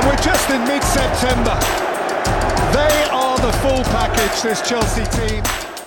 we're just in mid-September. They are the full package, this Chelsea team.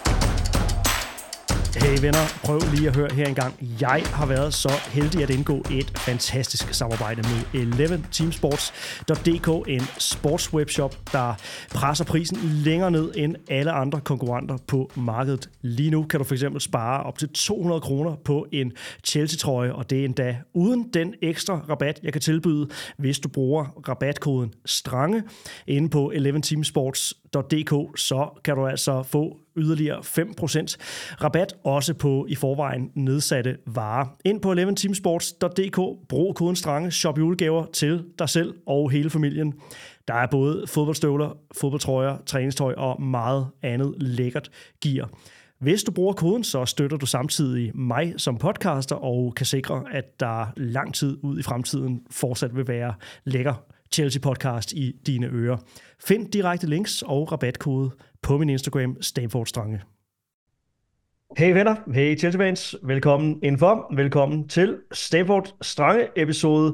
Hey venner, prøv lige at høre her engang. Jeg har været så heldig at indgå et fantastisk samarbejde med 11teamsports.dk, en sportswebshop, der presser prisen længere ned end alle andre konkurrenter på markedet. Lige nu kan du fx spare op til 200 kroner på en Chelsea-trøje, og det er endda uden den ekstra rabat, jeg kan tilbyde, hvis du bruger rabatkoden STRANGE inde på 11teamsports.dk, så kan du altså få yderligere 5% rabat, også på i forvejen nedsatte varer. Ind på 11teamsports.dk, brug koden STRANGE, shop julegaver til dig selv og hele familien. Der er både fodboldstøvler, fodboldtrøjer, træningstøj og meget andet lækkert gear. Hvis du bruger koden, så støtter du samtidig mig som podcaster og kan sikre, at der lang tid ud i fremtiden fortsat vil være lækker Chelsea-podcast i dine ører. Find direkte links og rabatkode på min Instagram, Stamford-Strange. Hey venner, hey Chelsea-fans, velkommen indenfor. Velkommen til Stamford-Strange, episode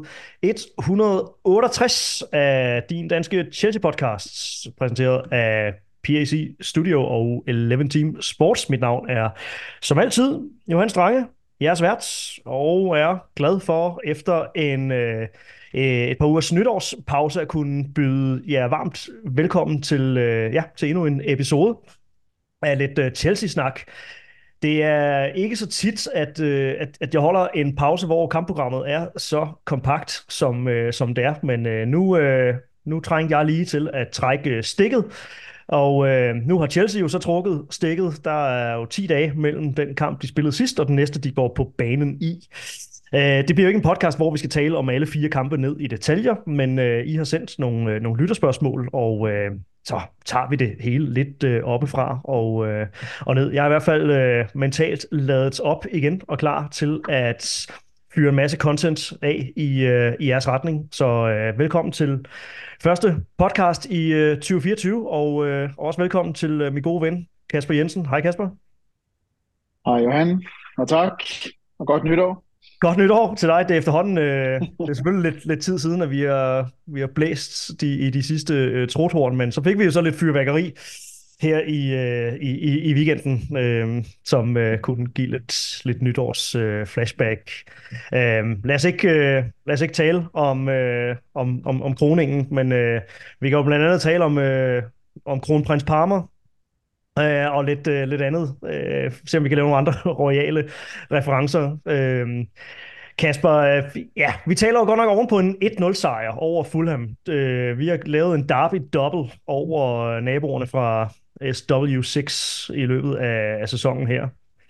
168 af din danske Chelsea-podcast, præsenteret af PAC Studio og 11 Team Sports. Mit navn er som altid Johan Strange, jeres vært, og er glad for efter et par ugers nytårspause at kunne byde jer varmt velkommen til endnu en episode af lidt Chelsea-snak. Det er ikke så tit, at jeg holder en pause, hvor kampprogrammet er så kompakt, som det er, men nu trængte jeg lige til at trække stikket. Og nu har Chelsea jo så trukket stikket. Der er jo 10 dage mellem den kamp, de spillede sidst, og den næste, de går på banen i. Det bliver jo ikke en podcast, hvor vi skal tale om alle 4 kampe ned i detaljer, men I har sendt nogle lytterspørgsmål, og så tager vi det hele lidt oppefra og ned. Jeg er i hvert fald mentalt ladet op igen og klar til at fyre en masse content af i jeres retning. Så velkommen til første podcast i 2024, og også velkommen til min gode ven, Kasper Jensen. Hej Kasper. Hej Johan, og tak, og godt nytår. Godt nytår til dig. Det er efterhånden, det er selvfølgelig lidt tid siden, at vi har blæst i de sidste trothorn, men så fik vi jo så lidt fyrværkeri her i weekenden, som kunne give lidt nytårs flashback. Lad os ikke tale om kroningen, men vi kan jo blandt andet tale om kronprins Parma, og lidt andet. Se om vi kan lave nogle andre royale referencer. Kasper, vi taler jo godt nok oven på en 1-0-sejr over Fulham. Vi har lavet en derby-double over naboerne fra SW6 i løbet af sæsonen her.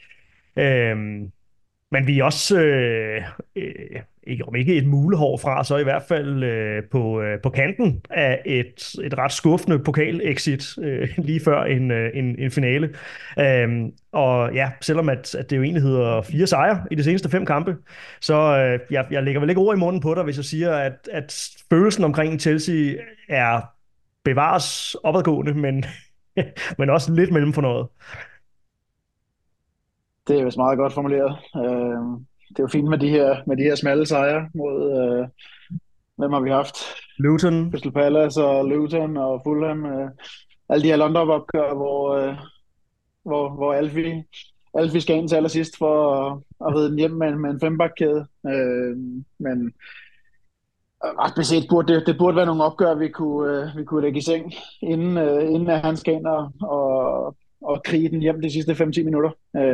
Men vi er også, ikke et mulehår fra, så i hvert fald på kanten af et ret skuffende pokal-exit lige før en finale. Og ja, selvom at det jo egentlig hedder 4 sejre i de seneste 5 kampe, så jeg lægger vel ikke ord i munden på dig, hvis jeg siger, at følelsen omkring Chelsea er bevares opadgående, men også lidt mellem for noget. Det er vist meget godt formuleret. Det er jo fint med de her smalle sejre mod, hvem har vi haft? Luton. Crystal Palace og Luton og Fulham. Alle de her London-opgør, hvor Alfie skal ind til allersidst for at ride den hjem med en 5-bakkæde. Men ret beset det burde være nogle opgør, vi kunne lægge i seng, inden at han skal ind og krige den hjem de sidste 5-10 minutter.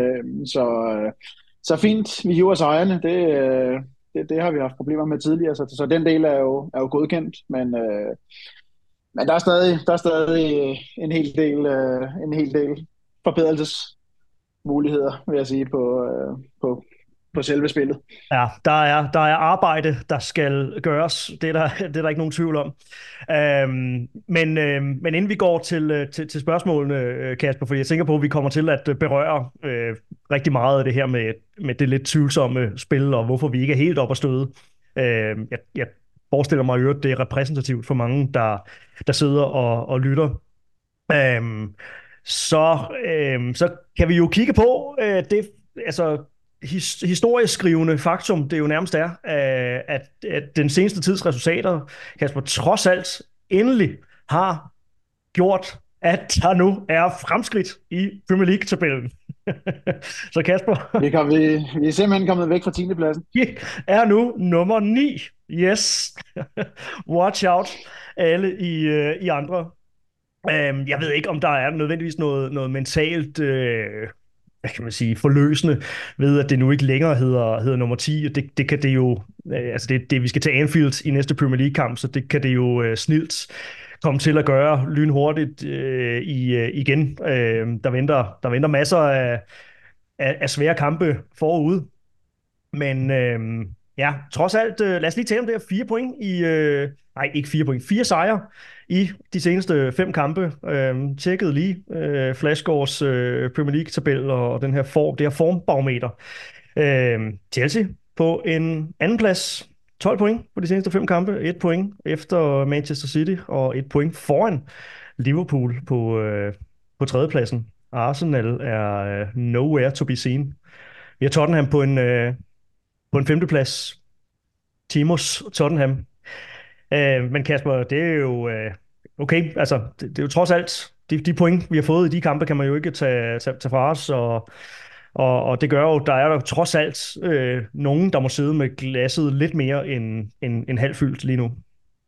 Så fint, vi hiver sejrene. Det har vi haft problemer med tidligere, så den del er jo godkendt, men der er stadig en hel del forbedrelsesmuligheder, vil jeg sige, på selve spillet. Ja, der er arbejde, der skal gøres. Det er der ikke nogen tvivl om. Men inden vi går til spørgsmålene, Kasper, for jeg tænker på, at vi kommer til at berøre rigtig meget af det her med det lidt tvivlsomme spil, og hvorfor vi ikke er helt op at støde. Jeg forestiller mig jo, at det er repræsentativt for mange, der sidder og lytter. Så kan vi jo kigge på det. Altså, historieskrivende faktum, det jo nærmest er, at den seneste tids resultater, Kasper, trods alt endelig har gjort, at der nu er fremskridt i Premier League-tabellen. Så Kasper, Vi er simpelthen kommet væk fra 10. pladsen. vi er nu nummer 9. Yes. Watch out, alle I andre. Jeg ved ikke, om der er nødvendigvis noget mentalt, hvad kan man sige, forløsende ved, at det nu ikke længere hedder nummer 10. Det kan det jo, altså vi skal til Anfield i næste Premier League-kamp, så det kan det jo snilt komme til at gøre lynhurtigt igen. Der venter masser af svære kampe forude. Men ja, trods alt, lad os lige tale om det her 4 point i... nej, ikke 4 point, 4 sejre i de seneste 5 kampe. Tjekkede lige Flashscores Premier League-tabel og det her formbarometer. Chelsea på en anden plads. 12 point på de seneste 5 kampe. 1 point efter Manchester City og 1 point foran Liverpool på tredjepladsen. Arsenal er nowhere to be seen. Vi har Tottenham på en 5. plads. Timos Tottenham. Men Kasper, det er jo okay. Altså, det er jo trods alt de point, vi har fået i de kampe, kan man jo ikke tage fra os. Og det gør jo, der er der trods alt nogen, der må sidde med glasset lidt mere end halvfyldt lige nu.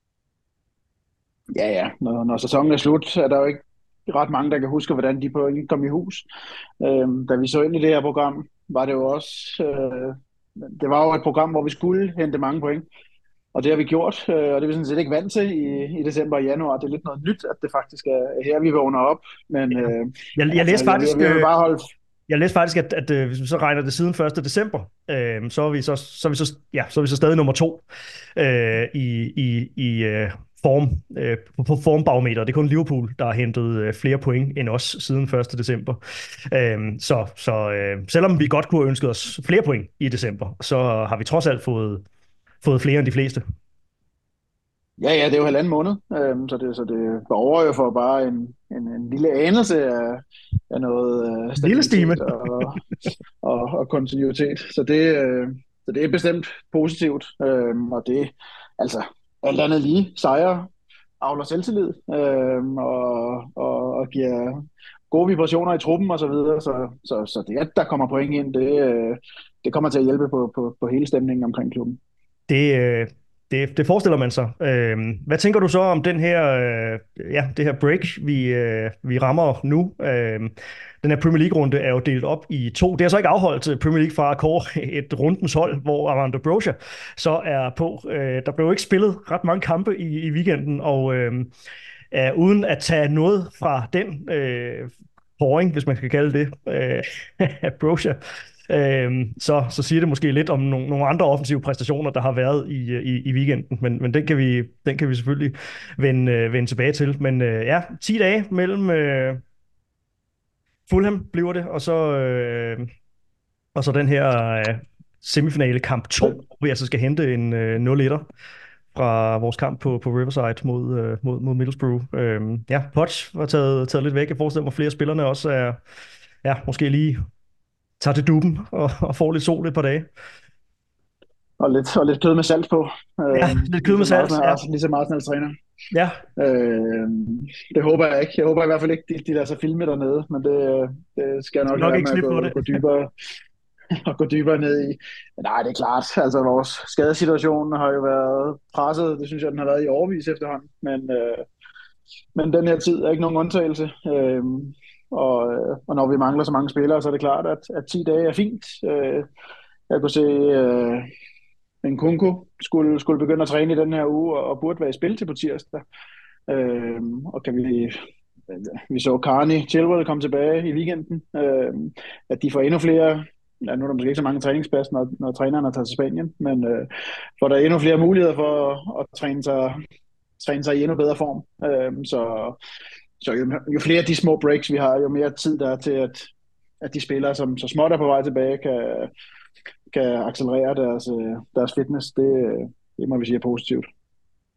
Ja. Når sæsonen er slut, er der jo ikke ret mange, der kan huske, hvordan de point kom i hus. Da vi så ind i det her program, var det jo også... det var jo et program, hvor vi skulle hente mange point. Og det har vi gjort, og det er vi sådan set ikke vant til i december og januar. Det er lidt noget nyt, at det faktisk er her, vi vågner op. Men jeg læste faktisk... Vi bare holde... Jeg læste faktisk, at hvis vi så regner det siden 1. december, så er vi så stadig nummer 2 i form på formbarometer. Det er kun Liverpool, der har hentet flere point end os siden 1. december. Så selvom vi godt kunne have ønsket os flere point i december, så har vi trods alt fået flere end de fleste. Ja, det er jo 1,5 måned, så det borger jo for bare en lille anelse af noget stabilitet og kontinuitet. Så det er bestemt positivt, og det altså alt andet lige sejre avler selvtillid og giver gode vibrationer i truppen og så videre. Så det, at der kommer point ind, det kommer til at hjælpe på hele stemningen omkring klubben. Det forestiller man sig. Hvad tænker du så om det her break, vi rammer nu? Den her Premier League-runde er jo delt op i 2. Det har så ikke afholdt Premier League fra at kåre et rundens hold, hvor Armando Broja så er på. Der blev ikke spillet ret mange kampe i weekenden, og uden at tage noget fra den kåring, hvis man skal kalde det, af Broja, så siger det måske lidt om nogle andre offensive præstationer, der har været i weekenden, men den kan vi selvfølgelig vende tilbage til. Men 10 dage mellem Fulham bliver det, og så den her semifinale kamp 2, hvor vi altså skal hente en 0-1'er fra vores kamp på Riverside mod Middlesbrough. Poch var taget lidt væk. Jeg forestiller mig, at flere spillerne også er måske lige tager til duben og får lidt sol et par dage. Og lidt kød med salt på. Lidt kød med salt. Ligesom Arsenals træner. Ja. Det håber jeg ikke. Jeg håber i hvert fald ikke, de lader sig filme dernede, men det skal jeg nok ikke med at gå dybere ned i. Men nej, det er klart. Altså, vores skadesituation har jo været presset. Det synes jeg, den har været i årevis efterhånden. Men den her tid er ikke nogen undtagelse. Og når vi mangler så mange spillere, så er det klart, at 10 dage er fint. Jeg kunne se, Nkunku skulle begynde at træne i den her uge, og burde være i spil til på tirsdag. Og kan vi så Carney Chilwell komme tilbage i weekenden. At de får endnu flere, nu er der måske ikke så mange træningspas, når træneren er taget til Spanien, men får der endnu flere muligheder for at træne sig i endnu bedre form. Så jo flere af de små breaks, vi har, jo mere tid der er til, at de spillere, som så småt er på vej tilbage, kan accelerere deres fitness. Det må vi sige er positivt.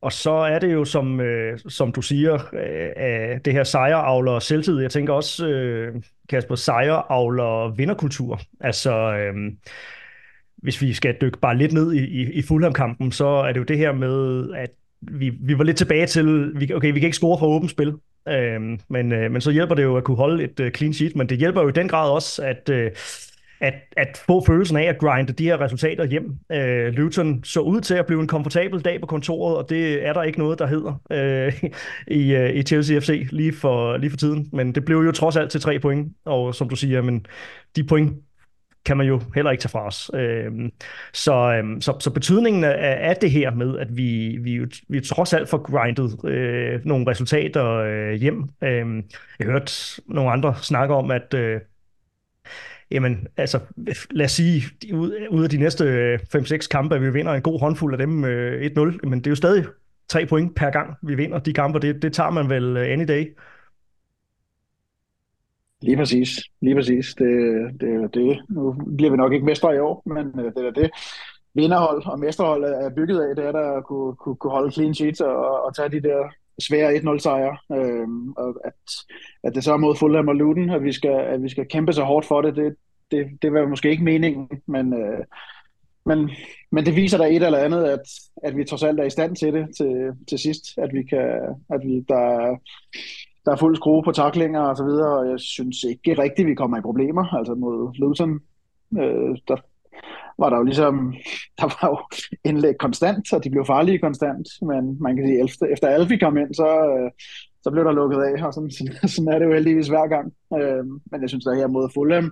Og så er det jo, som du siger, det her sejre-avler selvtid. Jeg tænker også, Kasper, sejre-avler vinderkultur. Altså, hvis vi skal dykke bare lidt ned i Fulham-kampen, så er det jo det her med, at vi var lidt tilbage til, vi kan ikke score fra åbent spil, men så hjælper det jo at kunne holde et clean sheet, men det hjælper jo i den grad også at få følelsen af at grinde de her resultater hjem. Luton så ud til at blive en komfortabel dag på kontoret, og det er der ikke noget, der hedder i Chelsea FC lige for tiden. Men det blev jo trods alt til 3 point, og som du siger, men de point kan man jo heller ikke tage fra os. Så betydningen af det her med, at vi trods alt får grindet nogle resultater hjem. Jeg hørte nogle andre snakke om, at jamen, altså, lad os sige, ud af de næste 5-6 kampe, at vi vinder en god håndfuld af dem 1-0, men det er jo stadig 3 point per gang, vi vinder de kampe, det tager man vel any day. Lige præcis. Lige præcis. Det. Nu bliver vi nok ikke mestre i år, men det er det. Vinderhold og mesterhold er bygget af, det er der at kunne holde clean sheets og tage de der svære 1-0-sejre. Og at det så er mod Fulham og Luton, at vi skal kæmpe så hårdt for det var måske ikke meningen, men det viser der et eller andet, at vi trods alt er i stand til det til sidst, der er fuld skrue på tacklinger og så videre, og jeg synes ikke rigtigt, vi kommer i problemer. Altså mod Luton, der var der jo ligesom, der var jo indlæg konstant, og de blev farlige konstant, men man kan sige, efter Alfie kom ind, så blev der lukket af, og sådan er det jo heldigvis hver gang. Men jeg synes, der her mod Fulham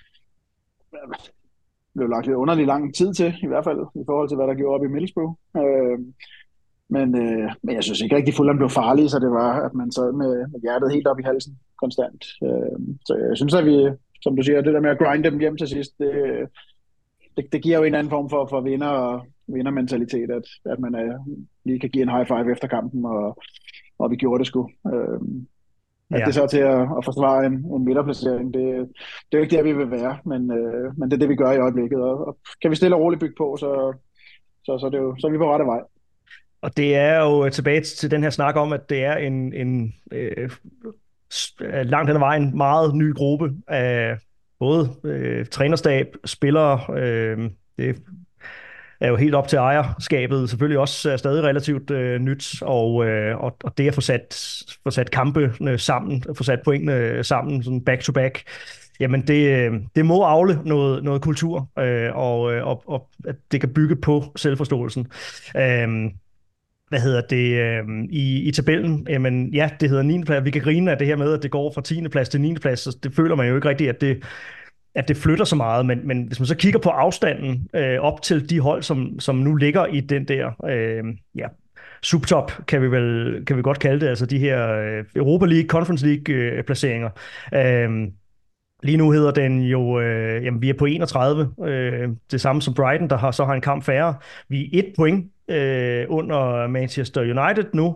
blev lagt lidt underlig lang tid til, i hvert fald i forhold til, hvad der gjorde op i Middlesbrough. Men jeg synes ikke rigtig, Fulham blev farlige, så det var, at man sad med hjertet helt op i halsen konstant. Så jeg synes, at vi, som du siger, det der med at grinde dem hjem til sidst, det giver jo en anden form for vindermentalitet, at man lige kan give en high five efter kampen, og vi gjorde det sgu. At det så er til at forsvare en midterplacering, det er jo ikke der, vi vil være, men det er det, vi gør i øjeblikket. Og kan vi stille og roligt bygge på, så er vi på rette vej. Og det er jo tilbage til den her snak om, at det er en langt hen ad vejen meget ny gruppe af både trænerstab, spillere. Det er jo helt op til ejerskabet, selvfølgelig også er stadig relativt nyt, og det at få sat kampene sammen, få sat pointene sammen, sådan back-to-back, jamen det må afle noget kultur, og at det kan bygge på selvforståelsen. Hvad hedder det i tabellen? Jamen ja, det hedder 9. plads. Vi kan grine af det her med, at det går fra 10. plads til 9. plads, så det føler man jo ikke rigtigt, at det flytter så meget, men hvis man så kigger på afstanden op til de hold, som nu ligger i den der subtop, kan vi godt kalde det, altså de her Europa League, Conference League placeringer. Lige nu hedder den jo, jamen vi er på 31, det samme som Brighton, der så har en kamp færre. Vi er 1 point under Manchester United nu,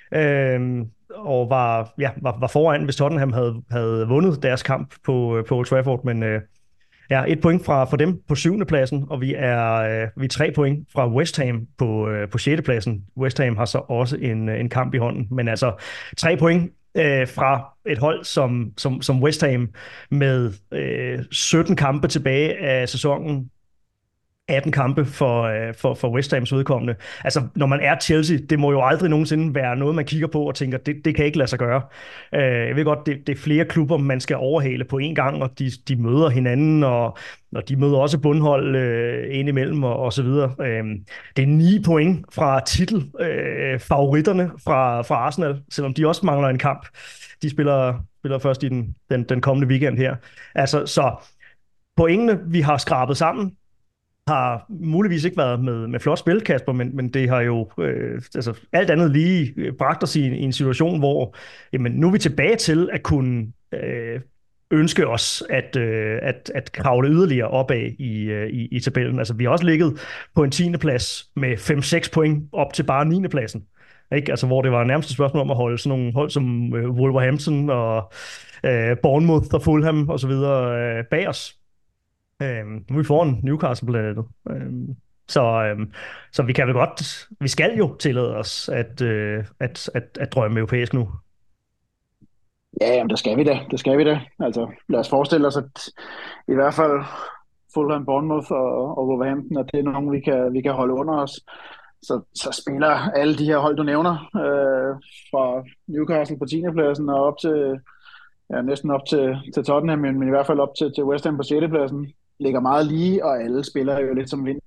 og var foran, hvis Tottenham havde vundet deres kamp på Old Trafford, men 1 point fra dem på 7. pladsen, og vi er 3 point fra West Ham på 6. pladsen. West Ham har så også en kamp i hånden, men altså 3 point fra et hold som West Ham med 17 kampe tilbage af sæsonen, 18 kampe for West Hams vedkommende. Altså, når man er Chelsea, det må jo aldrig nogensinde være noget, man kigger på og tænker, det kan ikke lade sig gøre. Jeg ved godt, det er flere klubber, man skal overhale på en gang, og de møder hinanden, og de møder også bundhold indimellem, og så videre. Det er 9 point fra titelfavoritterne fra Arsenal, selvom de også mangler en kamp. De spiller først i den kommende weekend her. Altså, så pointene, vi har skrabet sammen, har muligvis ikke været med flot spil, Kasper, men det har jo alt andet lige bragt os i en situation, hvor jamen, nu er vi tilbage til at kunne ønske os at kravle yderligere opad i tabellen. Altså, vi har også ligget på en 10. plads med 5-6 point op til bare 9. pladsen. Ikke? Altså, hvor det var nærmest et spørgsmål om at holde sådan nogle hold som Wolverhampton og Bournemouth og Fulham og så videre bag os. Nu er vi foran Newcastle blandt andet. Så vi kan vel godt, vi skal jo tillade os at drømme europæisk nu. Ja, jamen, det skal vi da. Det skal vi da. Altså, lad os forestille os, at i hvert fald Fulham, Bournemouth og Wolverhampton, at det er nogen, vi kan holde under os. Så spiller alle de her hold, du nævner, fra Newcastle på 10. pladsen og op til, ja, næsten op til Tottenham, men i hvert fald op til West Ham på 6. pladsen, ligger meget lige, og alle spiller jo lidt som vind.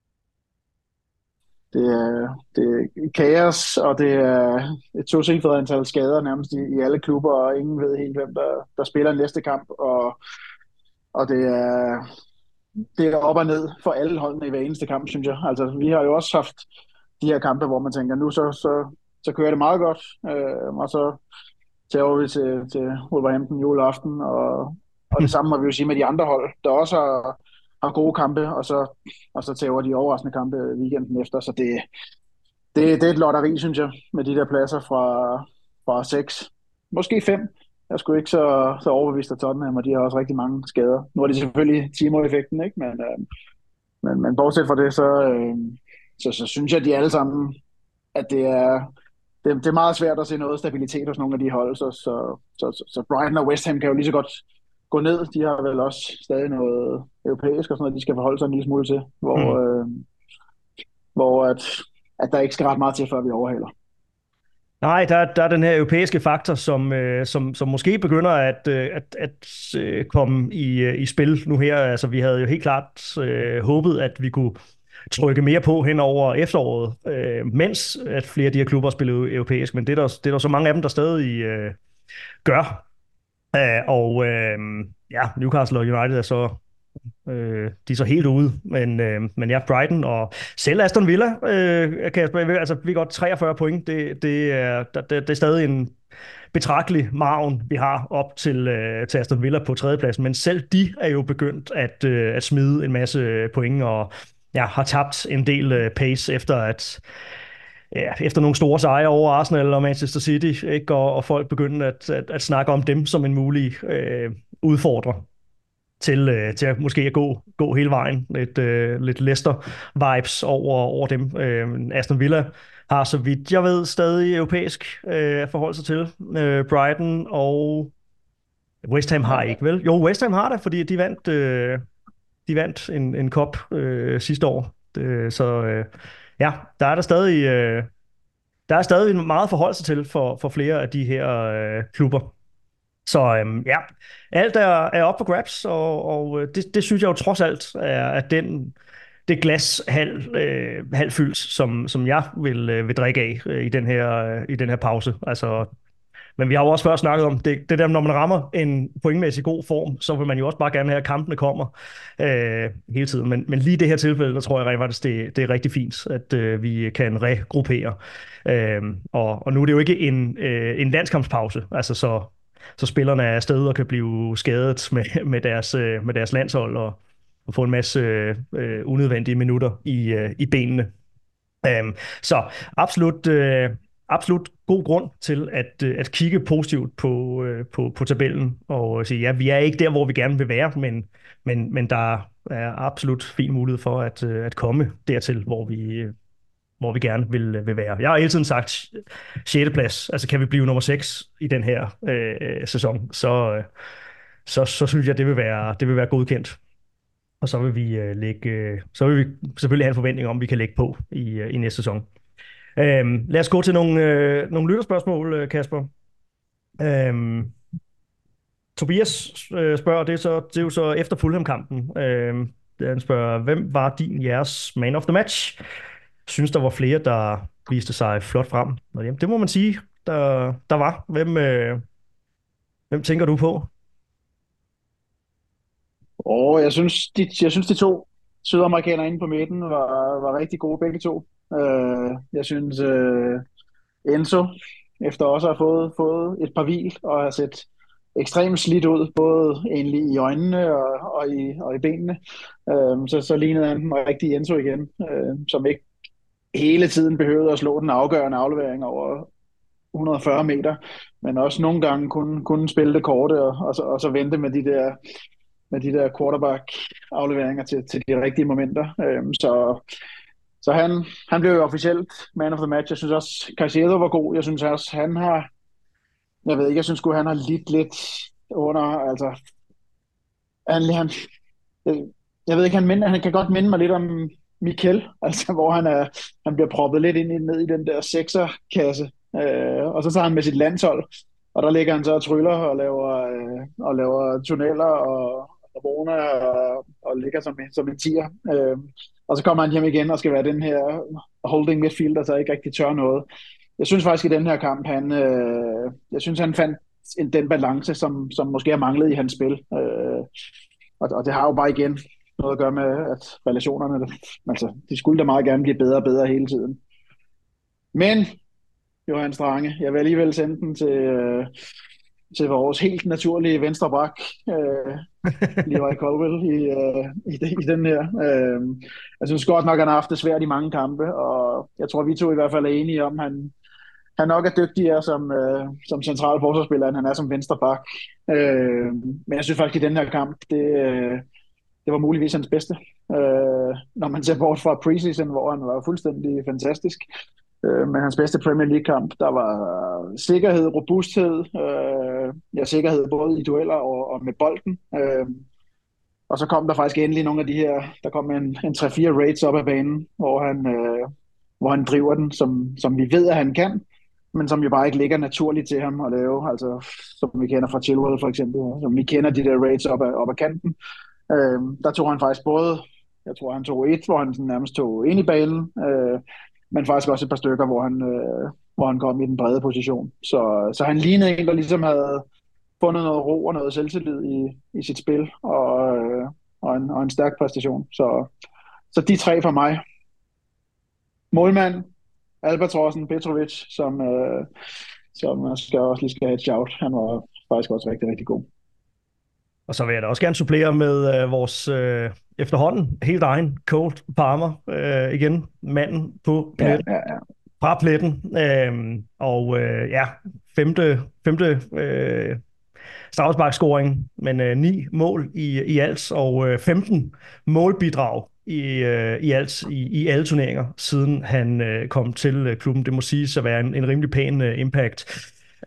Det er kaos, og det er et tocifret antal skader nærmest i alle klubber, og ingen ved helt, hvem der spiller næste kamp, og det er op og ned for alle holdene i hver eneste kamp, synes jeg. Altså, vi har jo også haft de her kampe, hvor man tænker, nu så kører det meget godt, og så tager vi til Wolverhampton juleaften, og det samme må vi jo sige med de andre hold, der også har gode kampe, og så tager de overraskende kampe weekenden efter, så det er et lotteri, synes jeg, med de der pladser fra 6, måske 5. Jeg er sgu ikke så overbevist af Tottenham, og de har også rigtig mange skader. Nu er det selvfølgelig Timo-effekten, ikke? Men bortset fra det, så synes jeg, at de alle sammen, at det er meget svært at se noget stabilitet hos nogle af de hold, så Brighton og West Ham kan jo lige så godt gå ned. De har vel også stadig noget europæisk og sådan noget, de skal forholde sig en lille smule til, hvor at der ikke skal ret meget til, før vi overhaler. Nej, der er den her europæiske faktor, som måske begynder at komme i spil nu her. Altså, vi havde jo helt klart håbet, at vi kunne trykke mere på hen over efteråret, mens at flere af de her klubber spillede europæisk, men det er der så mange af dem, der stadig gør. Ja, Newcastle og United er så de er så helt ude, men ja, Brighton og selv Aston Villa, altså vi godt 43 point, det er stadig en betragtelig margen, vi har op til Aston Villa på tredjepladsen, men selv de er jo begyndt at smide en masse point, og ja, har tabt en del pace efter nogle store sejre over Arsenal og Manchester City, ikke? Og folk begyndte at snakke om dem som en mulig udfordrer til at måske at gå hele vejen. Lidt Leicester-vibes over dem. Aston Villa har, så vidt jeg ved, stadig europæisk at forholde sig til. Brighton og West Ham har ikke, vel? Jo, West Ham har det, fordi de vandt en cup sidste år. Ja, der er stadig meget at forholde sig til for flere af de her klubber. Så ja, alt er op for grabs, og det synes jeg jo trods alt er det glas halvfyldt, som jeg vil drikke af i den her pause. Altså, men vi har jo også før snakket om, det der, når man rammer en pointmæssig god form, så vil man jo også bare gerne have, at kampene kommer hele tiden. Men lige i det her tilfælde, der tror jeg rent faktisk, det er rigtig fint, at vi kan regruppere. Og nu er det jo ikke en landskampspause, altså så spillerne er afsted og kan blive skadet med deres landshold og få en masse unødvendige minutter i benene. Så absolut god grund til at kigge positivt på tabellen og sige, ja, vi er ikke der, hvor vi gerne vil være, men der er absolut fin mulighed for at komme dertil, hvor vi gerne vil være. Jeg har hele tiden sagt 6. plads, altså kan vi blive nummer 6 i den her sæson, så synes jeg, det vil være godkendt. Og så vil vi selvfølgelig have en forventning om, at vi kan lægge på i næste sæson. Lad os gå til nogle lytterspørgsmål, Kasper. Tobias spørger, det er jo så efter Fulham-kampen. Han spørger, hvem var jeres man of the match? Synes der var flere, der viste sig flot frem. Det må man sige, der var. Hvem tænker du på? Jeg synes de to sydamerikanere inde på midten var rigtig gode begge to. Jeg synes Enzo, efter også at have fået et par hvil og har set ekstremt slidt ud, både egentlig i øjnene og i benene, så lignede han den rigtige Enzo igen, som ikke hele tiden behøvede at slå den afgørende aflevering over 140 meter, men også nogle gange kunne spille det korte og så vente med med de der quarterback-afleveringer til de rigtige momenter. Så han blev jo officielt man of the match. Jeg synes også, Caicedo var god. Jeg synes også, jeg ved ikke, jeg synes sgu, han har lidt lidt under, altså, han, jeg ved ikke, han kan godt minde mig lidt om Mikel, altså hvor han bliver proppet lidt ned i den der sekserkasse, og så tager han med sit landshold, og der ligger han så og tryller og laver tunneller og boner og ligger som en tier. Og så kommer han hjem igen og skal være den her holding midfielder, der ikke rigtig tør noget. Jeg synes faktisk i den her kamp, jeg synes han fandt den balance, som måske har manglet i hans spil. Og det har jo bare igen noget at gøre med, at relationerne, altså, de skulle da meget gerne blive bedre og bedre hele tiden. Men, Johan Strange, jeg vil alligevel sende den til vores helt naturlige venstre bak, Levi Colwill, i den her. Jeg synes godt nok, han har haft det svært i mange kampe, og jeg tror, vi to i hvert fald er enige om, han nok er dygtigere som central forsvarsspiller, end han er som venstre bak. Men jeg synes faktisk, i den her kamp, det var muligvis hans bedste. Når man ser bort fra preseason, hvor han var fuldstændig fantastisk. Men hans bedste Premier League-kamp, der var sikkerhed, robusthed, sikkerhed både i dueller og med bolden. Og så kom der faktisk endelig nogle af de her, der kom en 3-4 raids op ad banen, hvor han driver den, som vi ved, at han kan, men som jo bare ikke ligger naturligt til ham at lave, altså som vi kender fra Chilwell for eksempel, som vi kender de der raids op ad kanten. Der tog han faktisk både, jeg tror han tog et, hvor han nærmest tog ind i banen, men faktisk også et par stykker, hvor han kom i den brede position. Så han lignede en, der ligesom havde fundet noget ro og noget selvtillid i sit spil, og en stærk præstation. Så de tre for mig. Målmand, Albatrossen, Petrovic, som også skal have et shout. Han var faktisk også rigtig, rigtig god. Og så vil jeg da også gerne supplere med vores efterhånden helt egen Cole Palmer igen. Manden på pletten. Ja. Fra pletten. Femte straffesparkscoring, men 9 mål i alt, og 15 målbidrag i alt i alle turneringer, siden han kom til klubben. Det må siges at være en rimelig pæn impact.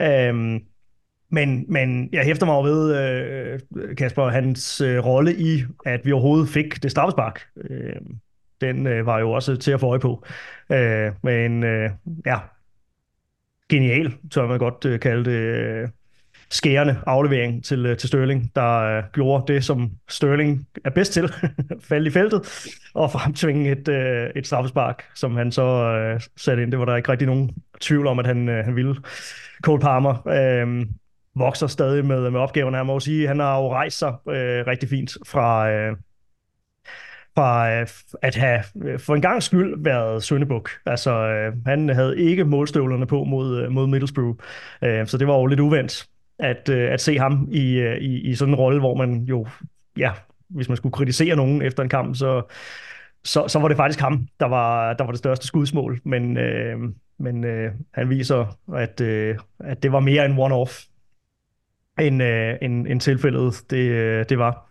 Men jeg hæfter mig ved, Kasper, hans rolle i, at vi overhovedet fik det straffespark. Den var jo også til at få øje på. Genial, tør man godt kalde det, skærende aflevering til Sterling, der gjorde det, som Sterling er bedst til, falde i feltet, og fremtvinge et straffespark, som han så satte ind. Det var der ikke rigtig nogen tvivl om, at han ville. Cole Palmer vokser stadig med opgaven. Jeg må sige, han har jo rejst sig rigtig fint fra at have for en gang skyld været syndebuk. Altså, han havde ikke målstøvlerne på mod Middlesbrough, så det var jo lidt uventet at se ham i sådan en rolle, hvor man jo, hvis man skulle kritisere nogen efter en kamp, så var det faktisk ham, der var det største skudsmål. Men han viser, at det var mere en one-off, end tilfældet det var.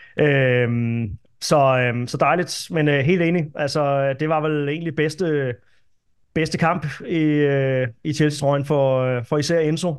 Så dejligt, men helt enig. Altså, det var vel egentlig bedste kamp i Chelsea-trøjen for især Enzo.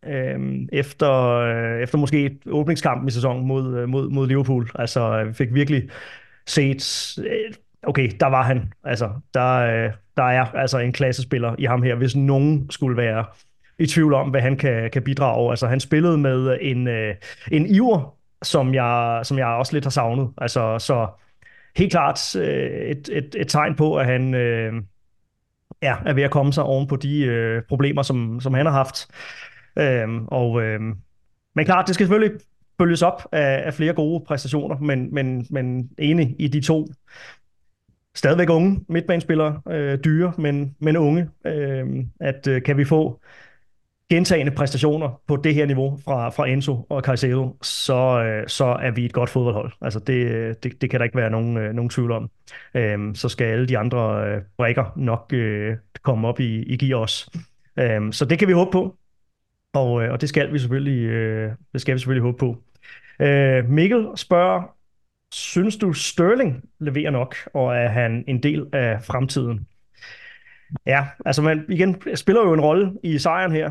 Efter måske åbningskampen i sæsonen mod Liverpool. Altså, vi fik virkelig set, okay, der var han. Altså, der er altså en klassespiller i ham her, hvis nogen skulle være i tvivl om, hvad han kan bidrage. Altså, han spillede med en iver, som jeg også lidt har savnet. Altså, så helt klart et tegn på, at han er ved at komme sig oven på de problemer, som han har haft. Men klart, det skal selvfølgelig følges op af flere gode præstationer, men enig i de to stadigvæk unge midtbanespillere, dyre, men unge, kan vi få gentagende præstationer på det her niveau fra Enzo og Caicedo, så er vi et godt fodboldhold. Altså det kan der ikke være nogen tvivl om. Så skal alle de andre brikker nok komme op i gear også. Så det kan vi håbe på, og det skal vi selvfølgelig håbe på. Mikkel spørger, synes du Sterling leverer nok, og er han en del af fremtiden? Ja, altså man igen spiller jo en rolle i sejren her,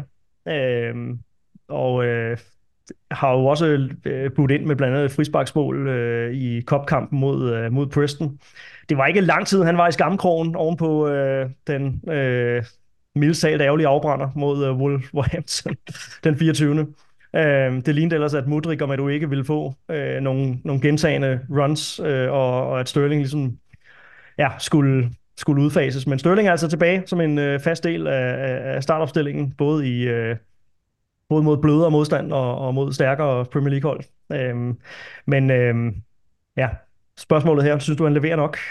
og har jo også budt ind med blandt andet et frisparksmål i cupkampen mod Preston. Det var ikke lang tid, han var i skamkrogen ovenpå den mildt sagt ærgerlige afbrænder mod Wolverhampton den 24. Det lignede ellers, at Mudryk og Madueke ville få nogle gentagende runs, og at Sterling ligesom skulle udfases. Men Sterling er altså tilbage som en fast del af startopstillingen, både mod blødere modstand og mod stærkere Premier League-hold. Men ja, spørgsmålet her, synes du, han leverer nok?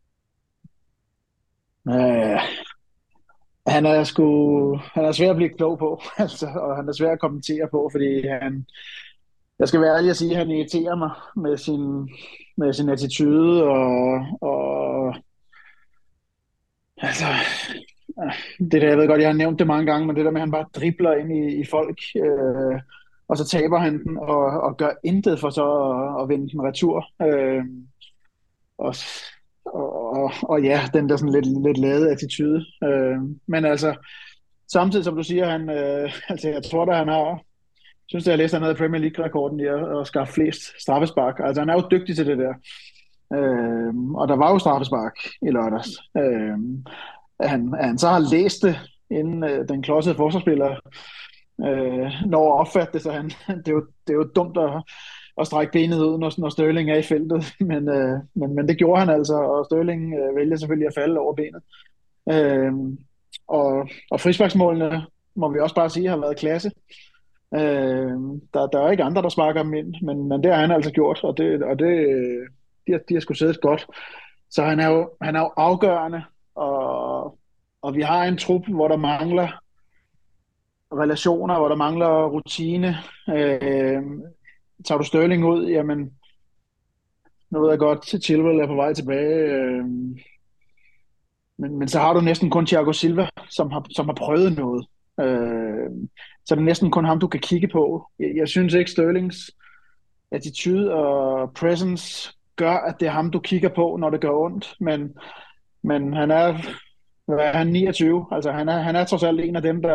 Øh, han er svær at blive klog på, altså, og han er svær at kommentere på, fordi jeg skal være ærlig at sige, at han irriterer mig med sin attitude, og altså, det der, jeg ved godt, jeg har nævnt det mange gange, men det der med, at han bare dribler ind i folk, og så taber han den, og gør intet for så at vinde den retur. Og, og ja, den der sådan lidt lade attitude. Men altså, samtidig som du siger, altså jeg tror da, synes, jeg læste, han havde Premier League-rekorden i at skaffe flest straffespark. Altså han er jo dygtig til det der. Og der var jo straffespark i lørdags. At han så har læst det, inden den klodsede forsvarsspiller når at opfatte det, så det er jo dumt at strække benet ud, når Sterling er i feltet. Men det gjorde han altså, og Sterling vælger selvfølgelig at falde over benet. Og frisparksmålene, må vi også bare sige, har været klasse. Der er ikke andre, der sparker dem ind, men det har han altså gjort, og de har sgu siddet godt. Så han er jo afgørende, og vi har en trup, hvor der mangler relationer, hvor der mangler rutine. Tager du Sterling ud, jamen, nu ved jeg godt, at Chilwell er på vej tilbage, men så har du næsten kun Thiago Silva, som har prøvet noget. Så det er næsten kun ham, du kan kigge på. Jeg synes ikke, Sterlings attitude og presence gør, at det er ham, du kigger på, når det gør ondt. Men han er, han 29. Altså han er trods alt en af dem,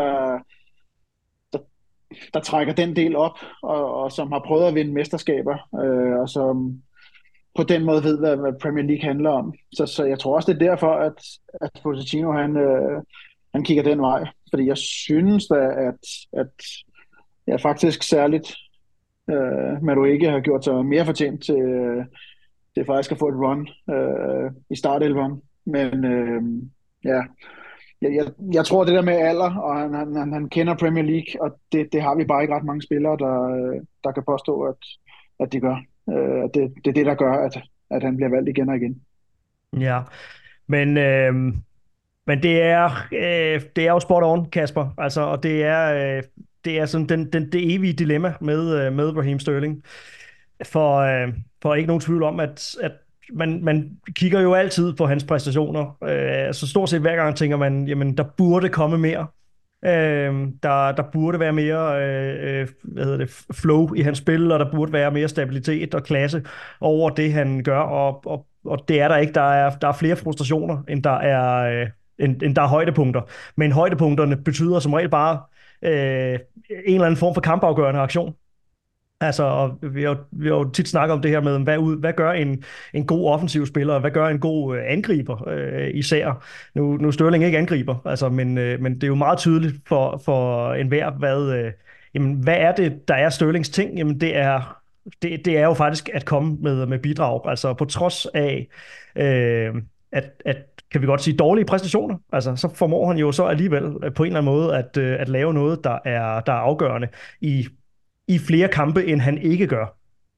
der trækker den del op, og som har prøvet at vinde mesterskaber, og som på den måde ved, hvad Premier League handler om. Så jeg tror også, det er derfor, at Pochettino, han kigger den vej. Fordi jeg synes da, at jeg faktisk særligt Madueke har gjort sig mere fortjent til faktisk at få et run i startelveren. Men ja, jeg tror det der med alder, og han kender Premier League, og det har vi bare ikke ret mange spillere, der kan påstå, at de gør. Det er det, der gør, at han bliver valgt igen og igen. Ja, men det er jo spot on, Kasper. Altså, og det er sådan det evige dilemma med Raheem Sterling. For ikke nogen tvivl om, at man kigger jo altid på hans præstationer. Så stort set hver gang tænker man, jamen der burde komme mere. Der burde være mere flow i hans spil, og der burde være mere stabilitet og klasse over det, han gør. Og det er der ikke. Der er flere frustrationer, end der er højdepunkter. Men højdepunkterne betyder som regel bare en eller anden form for kampafgørende aktion. Altså, og vi har jo tit snakket om det her med, hvad gør en god offensiv spiller, og hvad gør en god angriber især. Nu er Sterling ikke angriber, altså, men det er jo meget tydeligt for enhver, hvad er det, der er Sterlings ting? Jamen, det er jo faktisk at komme med bidrag. Altså, på trods af, at kan vi godt sige, dårlige præstationer, altså, så formår han jo så alligevel på en eller anden måde at lave noget, der er afgørende i flere kampe, end han ikke gør.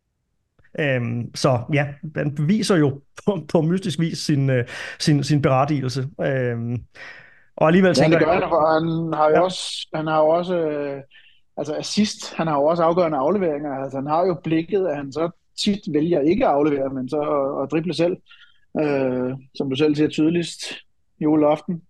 Så ja, han viser jo på mystisk vis sin berettigelse. Og alligevel tænker det gør han, for han har jo også altså assist, han har jo også afgørende afleveringer. Altså han har jo blikket, at han så tit vælger ikke at aflevere, men så at drible selv. Som du selv siger tydeligst, juleaften.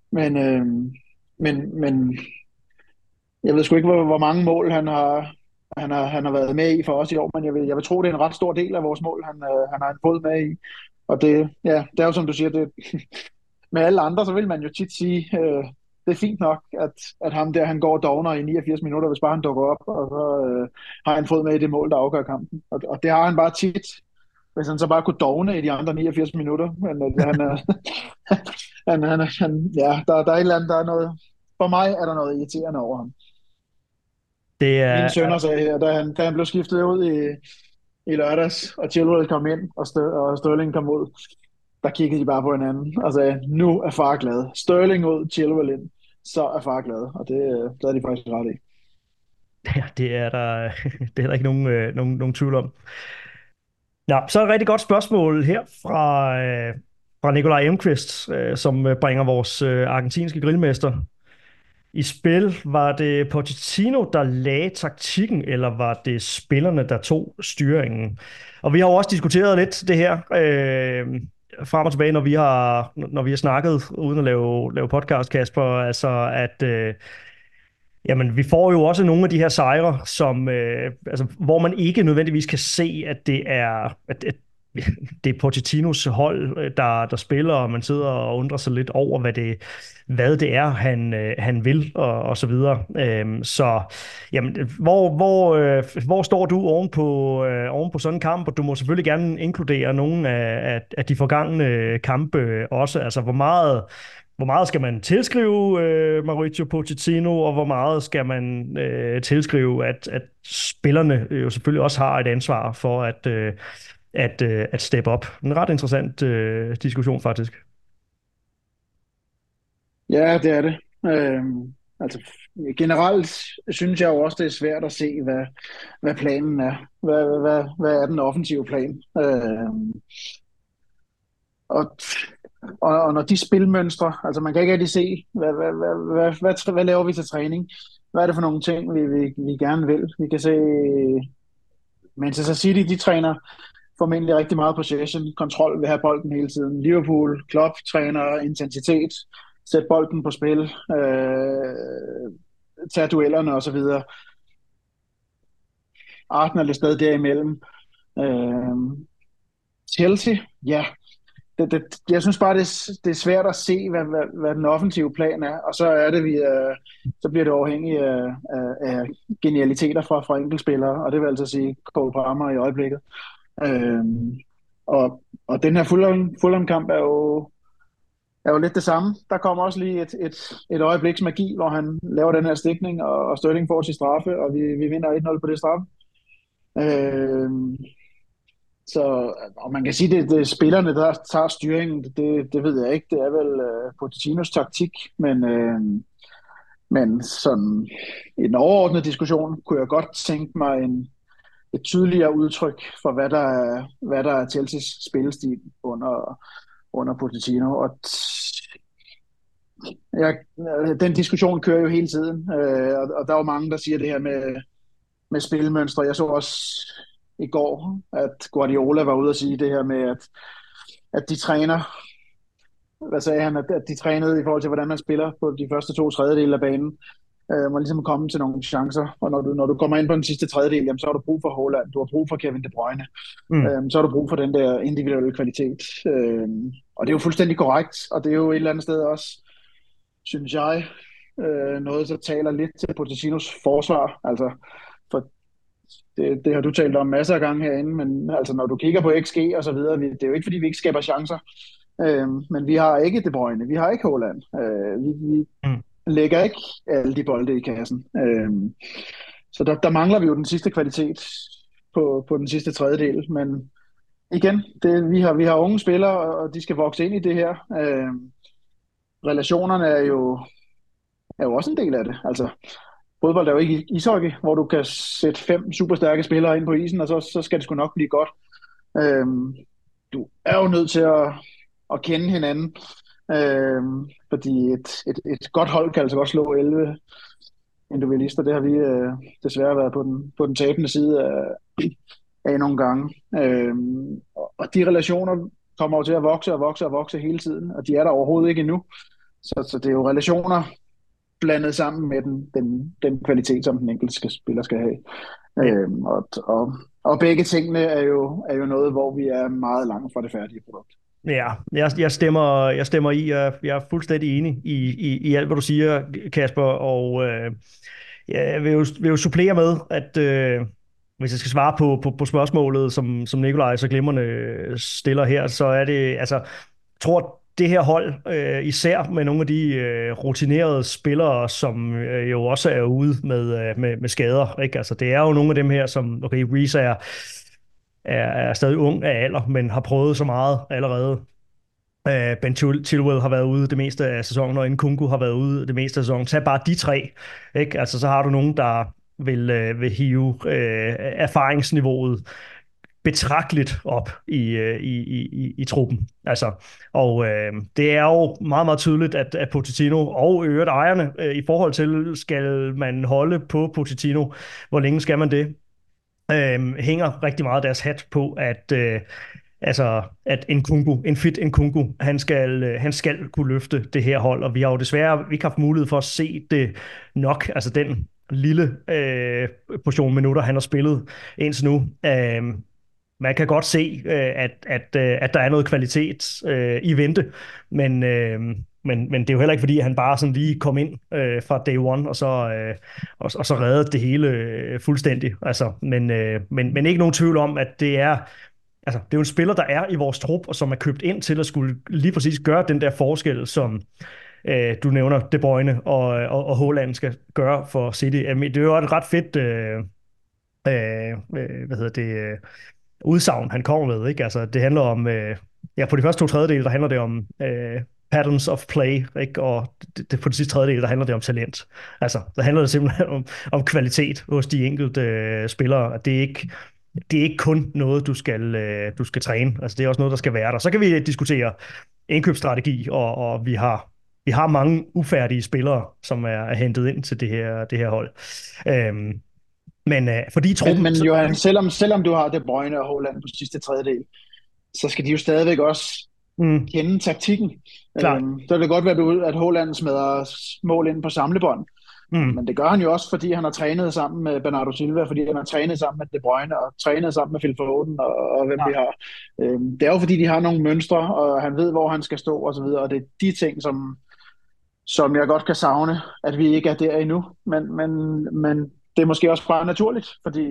Men jeg ved sgu ikke, hvor mange mål han han har været med i for os i år, men jeg vil tro, det er en ret stor del af vores mål, han har en fod med i. Og det er jo som du siger, det, med alle andre, så vil man jo tit sige, det er fint nok, at ham der, han går dovner i 89 minutter, hvis bare han dukker op, og så har han fået med i det mål, der afgør kampen. Og det har han bare tit, hvis han så bare kunne dovne i de andre 89 minutter. Men han er, ja, der er et eller andet, der er noget, for mig er der noget irriterende over ham. Det er... Mine sønner sagde her, da han blev skiftet ud i lørdags, og Chilwell kom ind, og Sterling kom ud, der kiggede de bare på hinanden og sagde, nu er far glad. Sterling ud, Chilwell ind, så er far glad. Og det er de faktisk ret i. Ja, det er der ikke nogen tvivl om. Ja, så er et rigtig godt spørgsmål her fra Nikolaj Emqvist, som bringer vores argentinske grillmester i spil. Var det Pochettino, der lagde taktikken, eller var det spillerne, der tog styringen? Og vi har jo også diskuteret lidt det her frem og tilbage, når vi har snakket, uden at lave podcast, Kasper. Altså, at jamen, vi får jo også nogle af de her sejre, som, altså, hvor man ikke nødvendigvis kan se, at det er, at det er Pochettinos hold, der spiller, og man sidder og undrer sig lidt over, hvad det er, han vil, og så videre. Så jamen, hvor står du oven på sådan en kamp? Og du må selvfølgelig gerne inkludere nogle af de forgangne kampe også. Altså, hvor meget skal man tilskrive Mauricio Pochettino, og hvor meget skal man tilskrive, at spillerne jo selvfølgelig også har et ansvar for at steppe op? En ret interessant diskussion, faktisk. Ja, det er det. Altså, generelt synes jeg jo også, det er svært at se, hvad planen er. Hvad er den offensive plan? Og når de spilmønstre, altså man kan ikke rigtig se, hvad laver vi til træning? Hvad er det for nogle ting, vi gerne vil? Vi kan se, Manchester City, de træner formentlig rigtig meget possession, kontrol, vil have bolden hele tiden. Liverpool, Klopp træner intensitet, sæt bolden på spil, tage duellerne osv. Arsenal er stadig derimellem. Chelsea, ja. Jeg synes bare, det er svært at se, hvad den offensive plan er, og så er det, så bliver det afhængigt af genialiteter fra enkeltspillere, og det vil altså sige Cole Palmer i øjeblikket. Og den her Fulham-kamp er jo lidt det samme. Der kommer også lige et øjebliks magi, hvor han laver den her stikning, og Sterling får sin straffe, og vi vinder 1-0 på det straffe. Så, og man kan sige, det er spillerne, der tager styringen. Det ved jeg ikke. Det er vel Pochettinos taktik, men sådan i den overordnede diskussion kunne jeg godt tænke mig et tydeligere udtryk for, hvad der er Chelseas spillestil under Pochettino. Og den diskussion kører jo hele tiden, og der er jo mange, der siger det her med spilmønstre. Jeg så også i går, at Guardiola var ude og sige det her med, at de træner, hvad sagde han, at de trænede i forhold til, hvordan man spiller på de første 2/3 af banen. Man ligesom komme til nogle chancer, og når du kommer ind på den sidste tredjedel, jamen, så har du brug for Haaland, du har brug for Kevin De Bruyne, så har du brug for den der individuelle kvalitet. Og det er jo fuldstændig korrekt, og det er jo et eller andet sted også, synes jeg, noget, der taler lidt til Pochettinos forsvar. Altså, for det har du talt om masser af gange herinde, men altså, når du kigger på XG og så videre, det er jo ikke, fordi vi ikke skaber chancer, men vi har ikke De Bruyne, vi har ikke Haaland. Vi lægger ikke alle de bolde i kassen. Så der mangler vi jo den sidste kvalitet på den sidste tredjedel, men igen, vi har unge spillere, og de skal vokse ind i det her. Relationerne er jo også en del af det. Altså, fodbold er jo ikke ishockey, hvor du kan sætte 5 superstærke spillere ind på isen, og så skal det sgu nok blive godt. Du er jo nødt til at kende hinanden, fordi et godt hold kan altså godt slå 11 individualister. Det har vi desværre været på den tabende side af nogle gange. Og de relationer kommer jo til at vokse og vokse og vokse hele tiden, og de er der overhovedet ikke endnu. Så det er jo relationer, blandet sammen med den kvalitet, som den enkelte spiller skal have. Ja. Og begge tingene er jo noget, hvor vi er meget langt fra det færdige produkt. Ja, jeg stemmer i. Jeg er fuldstændig enig i alt, hvad du siger, Kasper, og jeg vil jo supplere med, at hvis jeg skal svare på spørgsmålet, som Nikolaj så glimrende stiller her, så er det, altså, jeg tror, det her hold, især med nogle af de rutinerede spillere, som jo også er ude med skader, ikke? Altså, det er jo nogle af dem her, som, okay, Reece er stadig ung af alder, men har prøvet så meget allerede. Ben Chilwell har været ude det meste af sæsonen, og Nkunku har været ude det meste af sæsonen. Tag bare de tre, ikke? Altså, så har du nogen, der vil hive erfaringsniveauet betragteligt op i truppen. Altså, og det er jo meget, meget tydeligt, at Pochettino og øvrigt ejerne i forhold til, skal man holde på Pochettino, hvor længe skal man det, hænger rigtig meget deres hat på, at en fit Nkunku, han skal kunne løfte det her hold, og vi har jo desværre ikke haft mulighed for at se det nok, altså den lille portion minutter, han har spillet indtil nu. Man kan godt se, at der er noget kvalitet i vente, men det er jo heller ikke, fordi han bare sådan lige kom ind fra day one, og så reddede det hele fuldstændig. Altså, men ikke nogen tvivl om, at det er jo en spiller, der er i vores trup, og som er købt ind til at skulle lige præcis gøre den der forskel, som du nævner, De Bruyne og Haaland skal gøre for City. Det er jo et ret fedt udsagn, han kommer med, ikke? Altså, det handler om, på de første 2/3, der handler det om patterns of play, ikke? Og på de sidste tredjedel, der handler det om talent. Altså, der handler det simpelthen om kvalitet hos de enkelte spillere. Det er ikke kun noget, du skal træne. Altså, det er også noget, der skal være der. Så kan vi diskutere indkøbsstrategi, og vi har mange ufærdige spillere, som er hentet ind til det her hold. Men fordi truppen... Men Johan, selvom du har De Bruyne og Haaland på sidste tredjedel, så skal de jo stadigvæk også kende taktikken. Så er det godt være, at Haaland smadrer mål ind på samlebånd. Men det gør han jo også, fordi han har trænet sammen med Bernardo Silva, fordi han har trænet sammen med De Bruyne, og trænet sammen med Phil Foden, og hvem vi har. Det er jo fordi, de har nogle mønstre, og han ved, hvor han skal stå, og så videre. Og det er de ting, som jeg godt kan savne, at vi ikke er der endnu. Men det er måske også bare naturligt,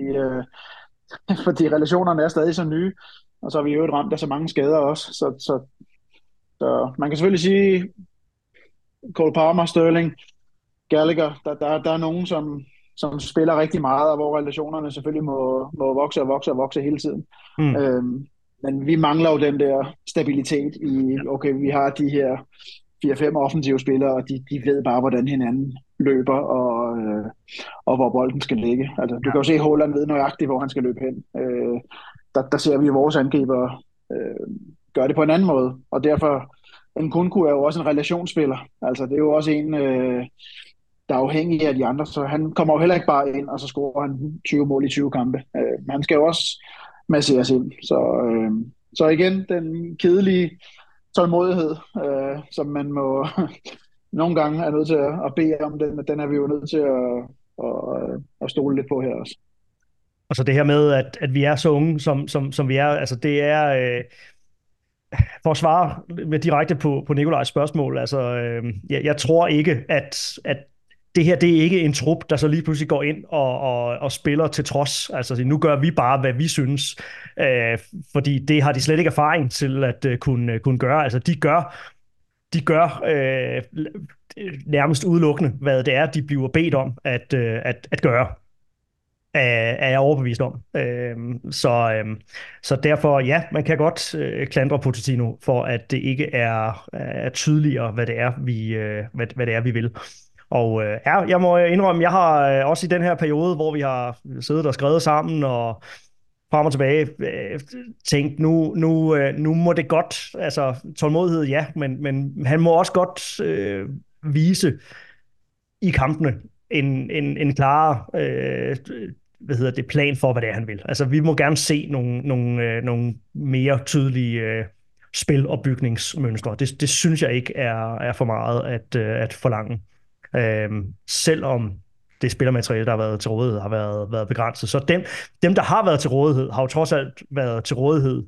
fordi relationerne er stadig så nye, og så er vi jo ramt af så mange skader også. Så man kan selvfølgelig sige, Cole Palmer, Sterling, Gallagher, der er nogen, som spiller rigtig meget, og hvor relationerne selvfølgelig må vokse hele tiden. Men vi mangler jo den der stabilitet i, okay, vi har de her 4-5 offensive spillere, og de ved bare, hvordan hinanden løber, og hvor bolden skal ligge. Altså, du kan jo se, at Haaland ved nøjagtigt, hvor han skal løbe hen. Der ser vi, at vores angriber gør det på en anden måde, og derfor Nkunku er jo også en relationsspiller. Altså, det er jo også en, der er afhængig af de andre, så han kommer jo heller ikke bare ind, og så scorer han 20 mål i 20 kampe. Han skal jo også masseres ind. Så igen, den kedelige tålmodighed, som man må nogle gange er nødt til at bede om, den er vi jo nødt til at stole lidt på her også. Og så det her med, at vi er så unge, som vi er, altså det er... For at svare med direkte på Nikolajs spørgsmål, altså jeg tror ikke, at det her, det er ikke en trup, der så lige pludselig går ind og spiller til trods. Altså nu gør vi bare, hvad vi synes, fordi det har de slet ikke erfaring til at kunne gøre. Altså de gør nærmest udelukkende, hvad det er, de bliver bedt om at gøre. Er jeg overbevist om. Så derfor, ja, man kan godt klandre Pochettino for, at det ikke er tydeligere, hvad det er, vi vil. Og jeg må indrømme, jeg har også i den her periode, hvor vi har siddet og skrevet sammen og frem og tilbage, tænkt, nu må det godt, altså tålmodighed, ja, men han må også godt vise i kampene en klarere plan for, hvad det er, han vil. Altså, vi må gerne se nogle mere tydelige spilopbygningsmønstre. Det synes jeg ikke er for meget at forlange. Selvom det spillermateriale, der har været til rådighed, har været begrænset. Så dem, der har været til rådighed, har jo trods alt været til rådighed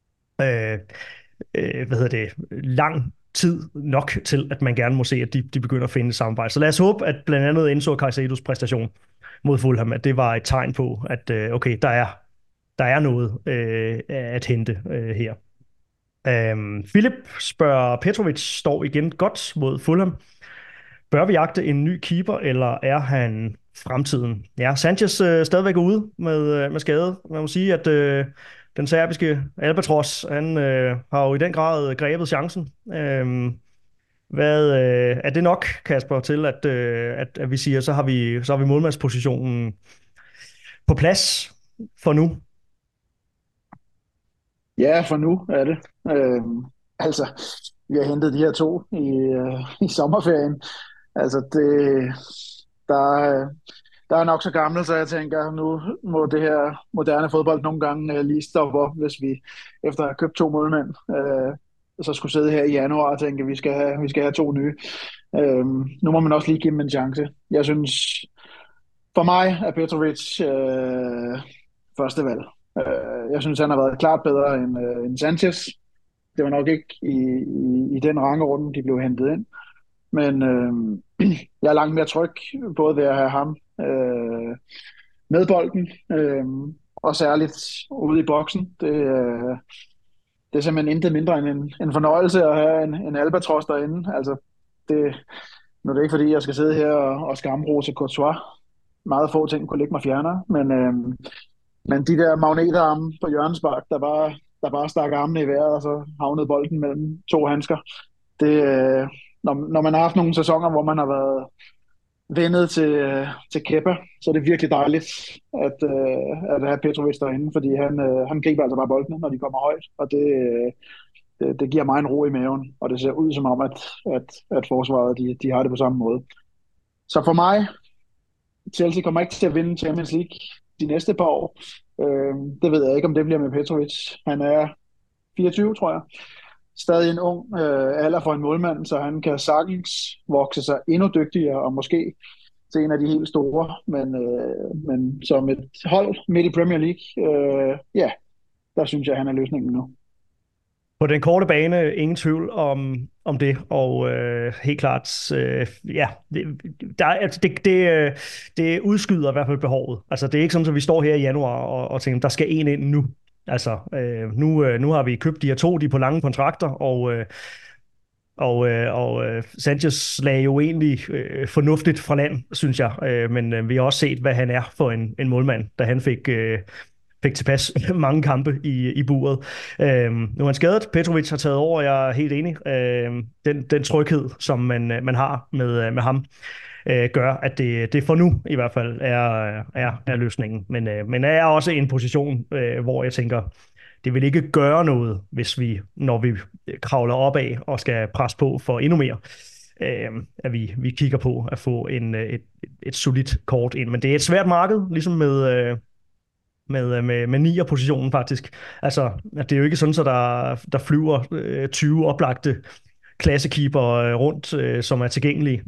lang tid nok til, at man gerne må se, at de begynder at finde et samarbejde. Så lad os håbe, at blandt andet Enzo Caicedos præstation mod Fulham, at det var et tegn på, at okay, der er noget at hente her. Philip spørger, Petrovic står igen godt mod Fulham. Bør vi jagte en ny keeper, eller er han fremtiden? Ja, Sanchez stadigvæk ude med skade. Man må sige, at den serbiske Albatros, han har jo i den grad grebet chancen. Er det nok, Kasper, til at vi siger, så har vi målmandspositionen på plads for nu? Ja, for nu er det. Altså, vi har hentet de her to i sommerferien. Altså, der er nok så gammel, så jeg tænker, nu må det her moderne fodbold nogle gange lige stoppe op, hvis vi efter at have købt 2 målmænd, så skulle sidde her i januar og tænke, at vi skal have 2 nye. Nu må man også lige give dem en chance. Jeg synes, for mig er Petrovic første valg. Jeg synes, han har været klart bedre end Sanchez. Det var nok ikke i den rangerunde, de blev hentet ind. Men jeg er langt mere tryg, både ved at have ham med bolden, og særligt ude i boksen. Det er simpelthen intet mindre end en fornøjelse at have en albatros derinde. Altså, nu er det ikke fordi, jeg skal sidde her og skamrose Courtois. Meget få ting kunne ligge mig fjernere, men de der magnetarme på hjørnespark, der bare stak armene i vejret, og så havnede bolden mellem 2 handsker. Når man har haft nogle sæsoner, hvor man har været vendet til Kepa, så er det virkelig dejligt at have Petrovic derinde, fordi han griber altså bare boldene, når de kommer højt, og det giver mig en ro i maven, og det ser ud som om, at forsvaret de har det på samme måde. Så for mig, Chelsea kommer ikke til at vinde Champions League de næste par år. Det ved jeg ikke, om det bliver med Petrovic. Han er 24, tror jeg. Stadig en ung alder for en målmand, så han kan sagtens vokse sig endnu dygtigere, og måske til en af de helt store. Men som et hold midt i Premier League, der synes jeg, han er løsningen nu. På den korte bane, ingen tvivl om det, og helt klart, det udskyder i hvert fald behovet. Altså, det er ikke sådan, at vi står her i januar og tænker, der skal en ind nu. Altså, nu har vi købt de her 2, de er på lange kontrakter, og Sanchez lagde jo egentlig fornuftigt fra land, synes jeg. Men vi har også set, hvad han er for en målmand, da han fik tilpas mange kampe i buret. Nu er han skadet. Petrovic har taget over, jeg er helt enig. Den tryghed, som man har med ham, gør, at det for nu i hvert fald er løsningen. Men er også i en position, hvor jeg tænker, det vil ikke gøre noget, når vi kravler opad og skal presse på for endnu mere, at vi kigger på at få et solidt kort ind. Men det er et svært marked, ligesom med nier-positionen faktisk. Altså, det er jo ikke sådan, så der flyver 20 oplagte klassekeeper rundt, som er tilgængelige.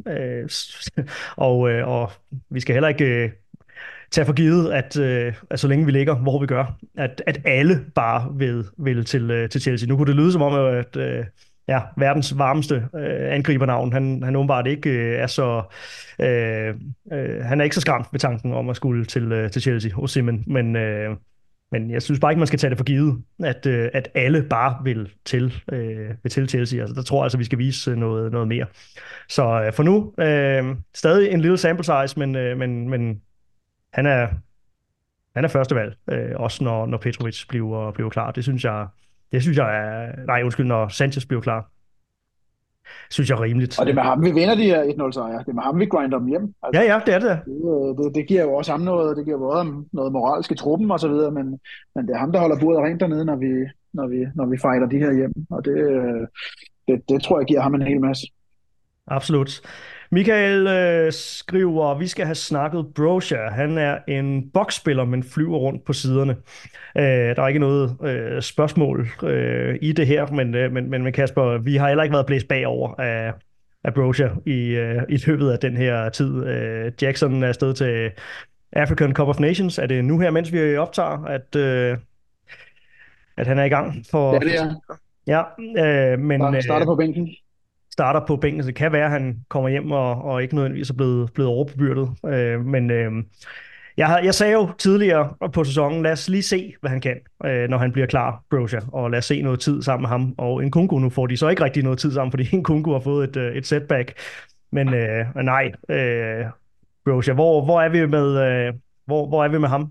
Og vi skal heller ikke tage for givet, at så længe vi ligger, hvor vi gør, at alle bare vil til Chelsea. Nu kunne det lyde som om, at verdens varmeste angribernavn, han åbenbart ikke er så han er ikke så skræmt ved tanken om at skulle til Chelsea hos Simon, men jeg synes bare ikke, man skal tage det for givet, at alle bare vil til Chelsea. Altså, der tror jeg altså, vi skal vise noget mere. Så for nu, stadig en lille sample size, men han er første valg, også når Petrovic bliver klar. Det synes jeg er... Nej, undskyld, når Sanchez bliver klar. Synes jeg er rimeligt. Og det er med ham, vi vinder de her 1-0-sejre. Det er med ham, vi grinder dem hjem. Altså, ja, det er det. Det giver jo også ham noget. Det giver både noget moralsk i truppen og så videre, men det er ham, der holder bordet rent dernede, når vi fighter de her hjem. Og det tror jeg giver ham en hel masse. Absolut. Michael skriver, vi skal have snakket Broja. Han er en boksspiller, men flyver rundt på siderne. Der er ikke noget spørgsmål i det her, men Kasper, vi har heller ikke været blæst bagover af Broja i løbet af den her tid. Jackson er afsted til African Cup of Nations. Er det nu her, mens vi optager, at han er i gang Ja, det er. Ja, men Starter på bænken. Starter på bænken, så det kan være, at han kommer hjem og ikke nødvendigvis er blevet overbebyrdet. Men jeg sagde jo tidligere på sæsonen, lad os lige se, hvad han kan, når han bliver klar, Broja, og lad os se noget tid sammen med ham. Og Nkunku, nu får de så ikke rigtig noget tid sammen, fordi Nkunku har fået et setback. Men nej, Broja, hvor er vi med, hvor er vi med ham?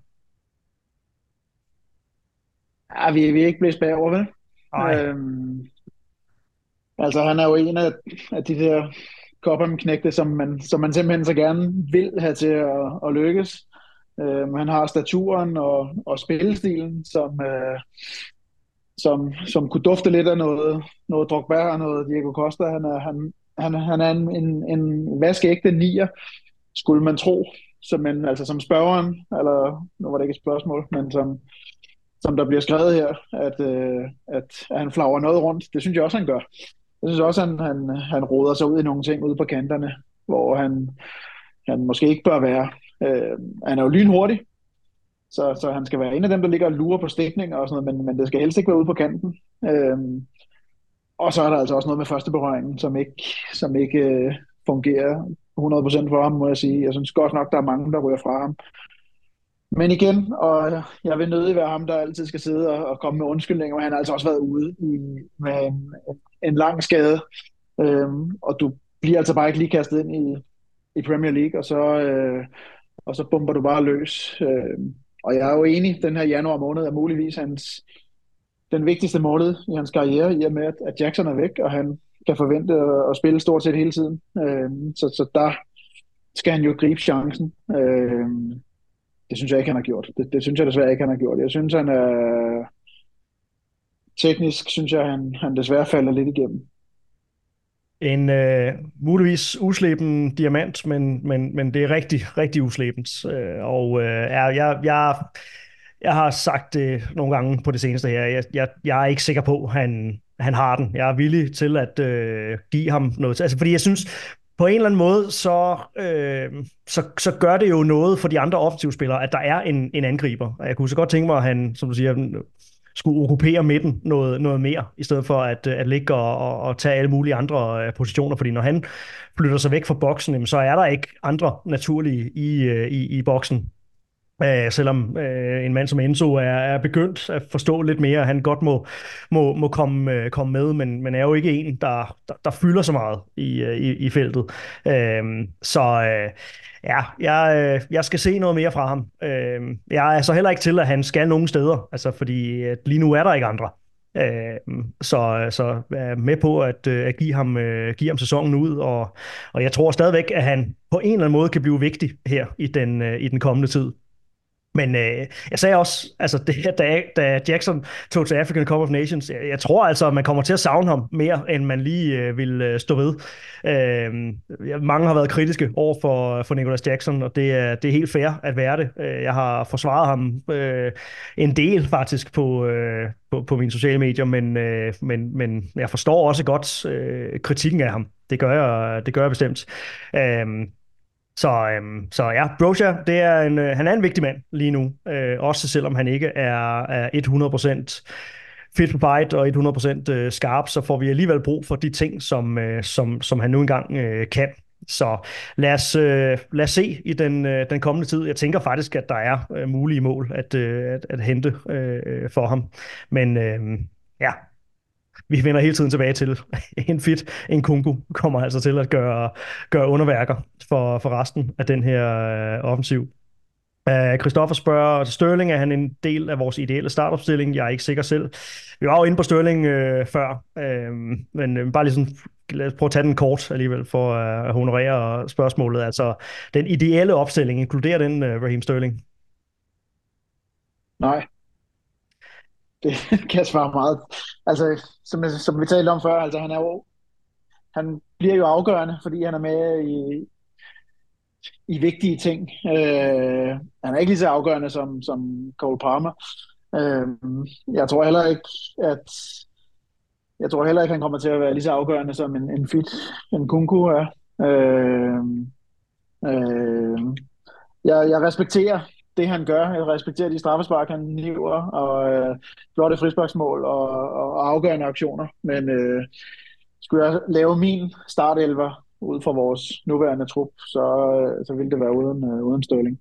Ja, vi er ikke blæst bagover, vel? Nej. Altså, han er jo en af de der Cobham-knægte, som man simpelthen så gerne vil have til at lykkes. Han har staturen og spillestilen, som kunne dufte lidt af noget Drogba og noget Diego Costa. Han er en vaskeægte nier, skulle man tro. Som spørgeren, eller nu var det ikke et spørgsmål, men som der bliver skrevet her, at han flagrer noget rundt. Det synes jeg også, han gør. Jeg synes også, han roder sig ud i nogle ting ude på kanterne, hvor han måske ikke bør være. Han er jo lynhurtig, så han skal være en af dem, der ligger og lurer på stikning og sådan noget, men det skal helst ikke være ude på kanten. Og så er der altså også noget med første berøringen, som ikke fungerer 100% for ham, må jeg sige. Jeg synes godt nok, der er mange, der ryger fra ham. Men igen, og jeg vil nødig være ham, der altid skal sidde og komme med undskyldninger, men han har altså også været ude med en lang skade, og du bliver altså bare ikke lige kastet ind i Premier League, og så bomber du bare løs. Og jeg er jo enig, den her januar måned er muligvis den vigtigste måned i hans karriere, i og med, at Jackson er væk, og han kan forvente at spille stort set hele tiden. Så der skal han jo gribe chancen. Det synes jeg ikke, han har gjort. Det synes jeg desværre ikke, han har gjort. Jeg synes, han er teknisk, synes jeg, han desværre falder lidt igennem. En muligvis usleben diamant, men det er rigtig, rigtig uslebent. Jeg har sagt det nogle gange på det seneste her. Jeg er ikke sikker på, at han har den. Jeg er villig til at give ham noget. Altså, fordi jeg synes, på en eller anden måde, så gør det jo noget for de andre offensive spillere, at der er en angriber. Og jeg kunne så godt tænke mig, at han, som du siger, skulle okkupere midten noget mere, i stedet for at ligge og tage alle mulige andre positioner. Fordi når han flytter sig væk fra boksen, så er der ikke andre naturlige i boksen. Selvom en mand som Enzo er begyndt at forstå lidt mere, at han godt må komme med, men er jo ikke en, der fylder så meget i feltet. Jeg skal se noget mere fra ham. Jeg er så heller ikke til, at han skal nogen steder, altså fordi lige nu er der ikke andre. Så jeg er med på at give ham sæsonen ud, og jeg tror stadigvæk, at han på en eller anden måde kan blive vigtig her i den kommende tid. Men jeg sagde også, altså det her, da Jackson tog til African Cup of Nations, jeg tror altså, at man kommer til at savne ham mere, end man lige vil stå ved. Mange har været kritiske over for Nicholas Jackson, og det er helt fair at være det. Jeg har forsvaret ham en del faktisk på mine sociale medier, men jeg forstår også godt kritikken af ham. Det gør jeg bestemt. Så ja, Broja, han er en vigtig mand lige nu, også selvom han ikke er 100% fit for fight og 100% skarp, så får vi alligevel brug for de ting, som han nu engang kan. Så lad os se i den kommende tid. Jeg tænker faktisk, at der er mulige mål at hente for ham. Men ja, vi vender hele tiden tilbage til en fit Nkunku kommer altså til at gøre underværker for resten af den her offensiv. Christoffer spørger, Sterling, er han en del af vores ideelle startopstilling? Jeg er ikke sikker selv. Vi var jo inde på Sterling før, men bare lige sådan, lad os prøve at tage den kort alligevel for at honorere spørgsmålet. Altså, den ideelle opstilling, inkluderer den Raheem Sterling? Nej. Det kan jeg svare meget. Altså, som vi talte om før, altså han bliver jo afgørende, fordi han er med i vigtige ting. Han er ikke lige så afgørende som Cole Palmer. Jeg tror heller ikke, at jeg tror heller ikke, han kommer til at være lige så afgørende som en fit, en Kunku er. Øh, øh, jeg respekterer det, han gør. Jeg respekterer de straffespark, han hiver, og flotte frisparksmål og afgørende aktioner. Men skulle jeg lave min startelver ud fra vores nuværende trup, så ville det være uden Sterling.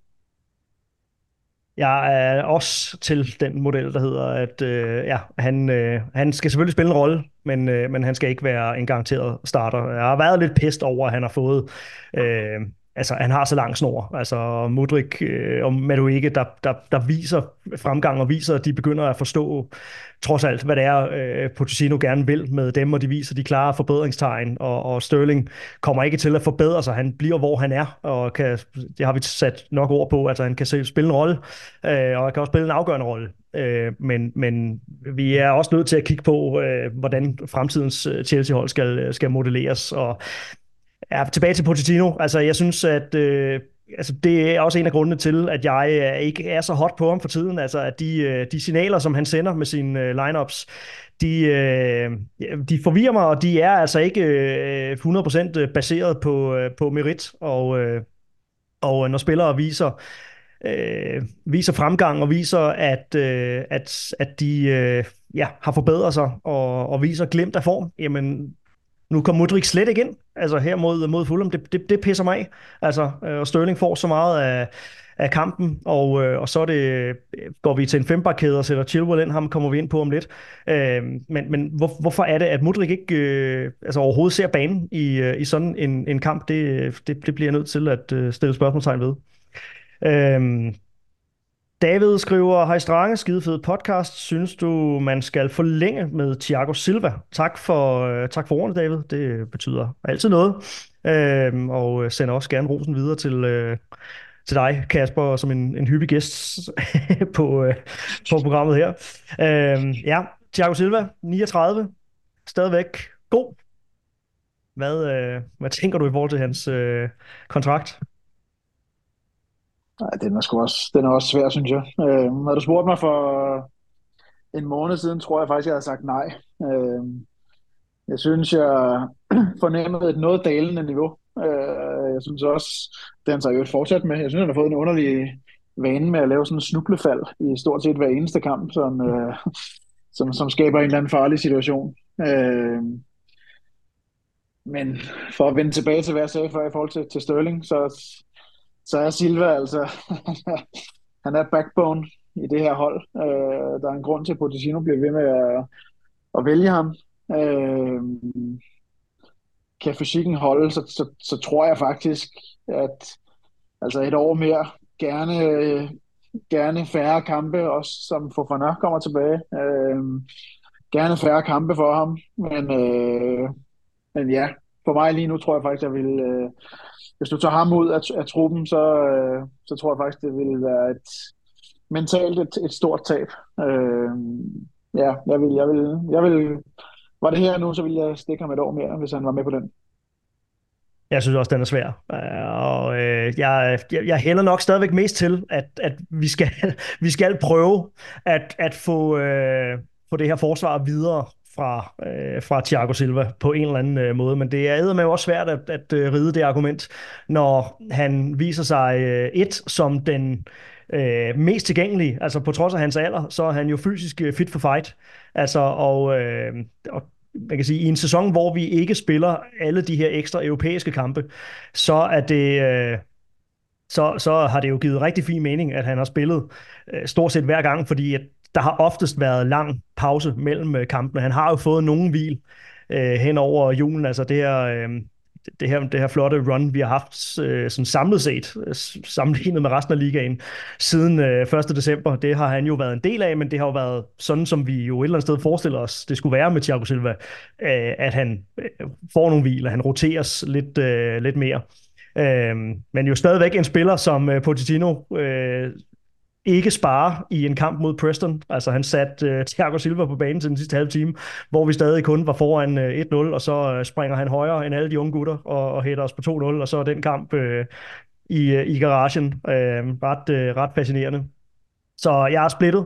Jeg er også til den model, der hedder, at han skal selvfølgelig spille en rolle, men han skal ikke være en garanteret starter. Jeg har været lidt pest over, at han har fået... han har så lang snor. Altså Mudryk og Madueke, der viser fremgang og viser, at de begynder at forstå trods alt, hvad det er, Pochettino gerne vil med dem, og de viser de klare forbedringstegn, og Sterling kommer ikke til at forbedre sig. Han bliver, hvor han er, og det har vi sat nok ord på, altså han kan spille en rolle, og han kan også spille en afgørende rolle. Men vi er også nødt til at kigge på, hvordan fremtidens Chelsea-hold skal modelleres, og ja, tilbage til Pochettino. Altså, jeg synes, at det er også en af grundene til, at jeg ikke er så hot på ham for tiden. Altså, at de signaler, som han sender med sine lineups, de forvirrer mig, og de er altså ikke 100% baseret på merit. Og når spillere viser fremgang og viser, at de har forbedret sig og viser glimt af form, jamen nu kom Mudryk slet ikke ind, altså her mod Fulham. Det pisser mig af. Altså, og Sterling får så meget af kampen, og så går vi til en fembakkæde og sætter Chilwell ind. Ham kommer vi ind på om lidt. Men hvorfor er det, at Mudryk ikke overhovedet ser banen i sådan en kamp? Det bliver jeg nødt til at stille spørgsmålstegn ved. David skriver, hej Strange, skidefed podcast. Synes du, man skal forlænge med Thiago Silva? Tak for ordene, David. Det betyder altid noget. Og sender også gerne rosen videre til dig, Kasper, som en hyppig gæst på programmet her. Thiago Silva, 39. Stadigvæk god. Hvad tænker du i forhold til hans kontrakt? Nej, den er også svær, synes jeg. Havde du spurgt mig for en måned siden, tror jeg faktisk, jeg havde sagt nej. Jeg synes, jeg fornemmede et noget dalende niveau. Jeg synes også, det han så jo fortsat med. Jeg synes, han har fået en underlig vane med at lave sådan en snublefald i stort set hver eneste kamp, som skaber en eller anden farlig situation. Men for at vende tilbage til, hvad jeg sagde før i forhold til Sterling, så er Silva altså, han er backbone i det her hold. Der er en grund til, at Pochettino bliver ved med at vælge ham. Kan fysikken holde, så tror jeg faktisk, at altså et år mere, gerne færre kampe, også som Fofana kommer tilbage. Gerne færre kampe for ham, men ja, for mig lige nu tror jeg faktisk, jeg vil... Hvis du tager ham ud af truppen, så tror jeg faktisk, det vil være mentalt et stort tab. Jeg vil... Var det her nu, så ville jeg stikke ham et år mere, hvis han var med på den. Jeg synes også, den er svær. Og jeg hælder nok stadigvæk mest til, at vi skal prøve at få det her forsvar videre fra Thiago Silva på en eller anden måde. Men det er eddermame også svært at ride det argument, når han viser sig som den mest tilgængelige. Altså på trods af hans alder, så er han jo fysisk fit for fight. Altså, og man kan sige, i en sæson, hvor vi ikke spiller alle de her ekstra europæiske kampe, så er det... Så har det jo givet rigtig fin mening, at han har spillet stort set hver gang, fordi at der har oftest været lang pause mellem kampene. Han har jo fået nogen hvil hen over julen, altså det her flotte run, vi har haft sådan samlet set, sammenlignet med resten af ligaen, siden 1. december. Det har han jo været en del af, men det har jo været sådan, som vi jo et eller andet sted forestiller os, det skulle være med Thiago Silva, at han får nogle hvil, at han roteres lidt mere. Men jo stadigvæk en spiller, som Pochettino ikke sparer i en kamp mod Preston. Altså han satte Thiago Silva på banen til den sidste halve time, hvor vi stadig kun var foran 1-0, og så springer han højere end alle de unge gutter og hætter os på 2-0, og så er den kamp i garagen ret fascinerende. Så jeg er splittet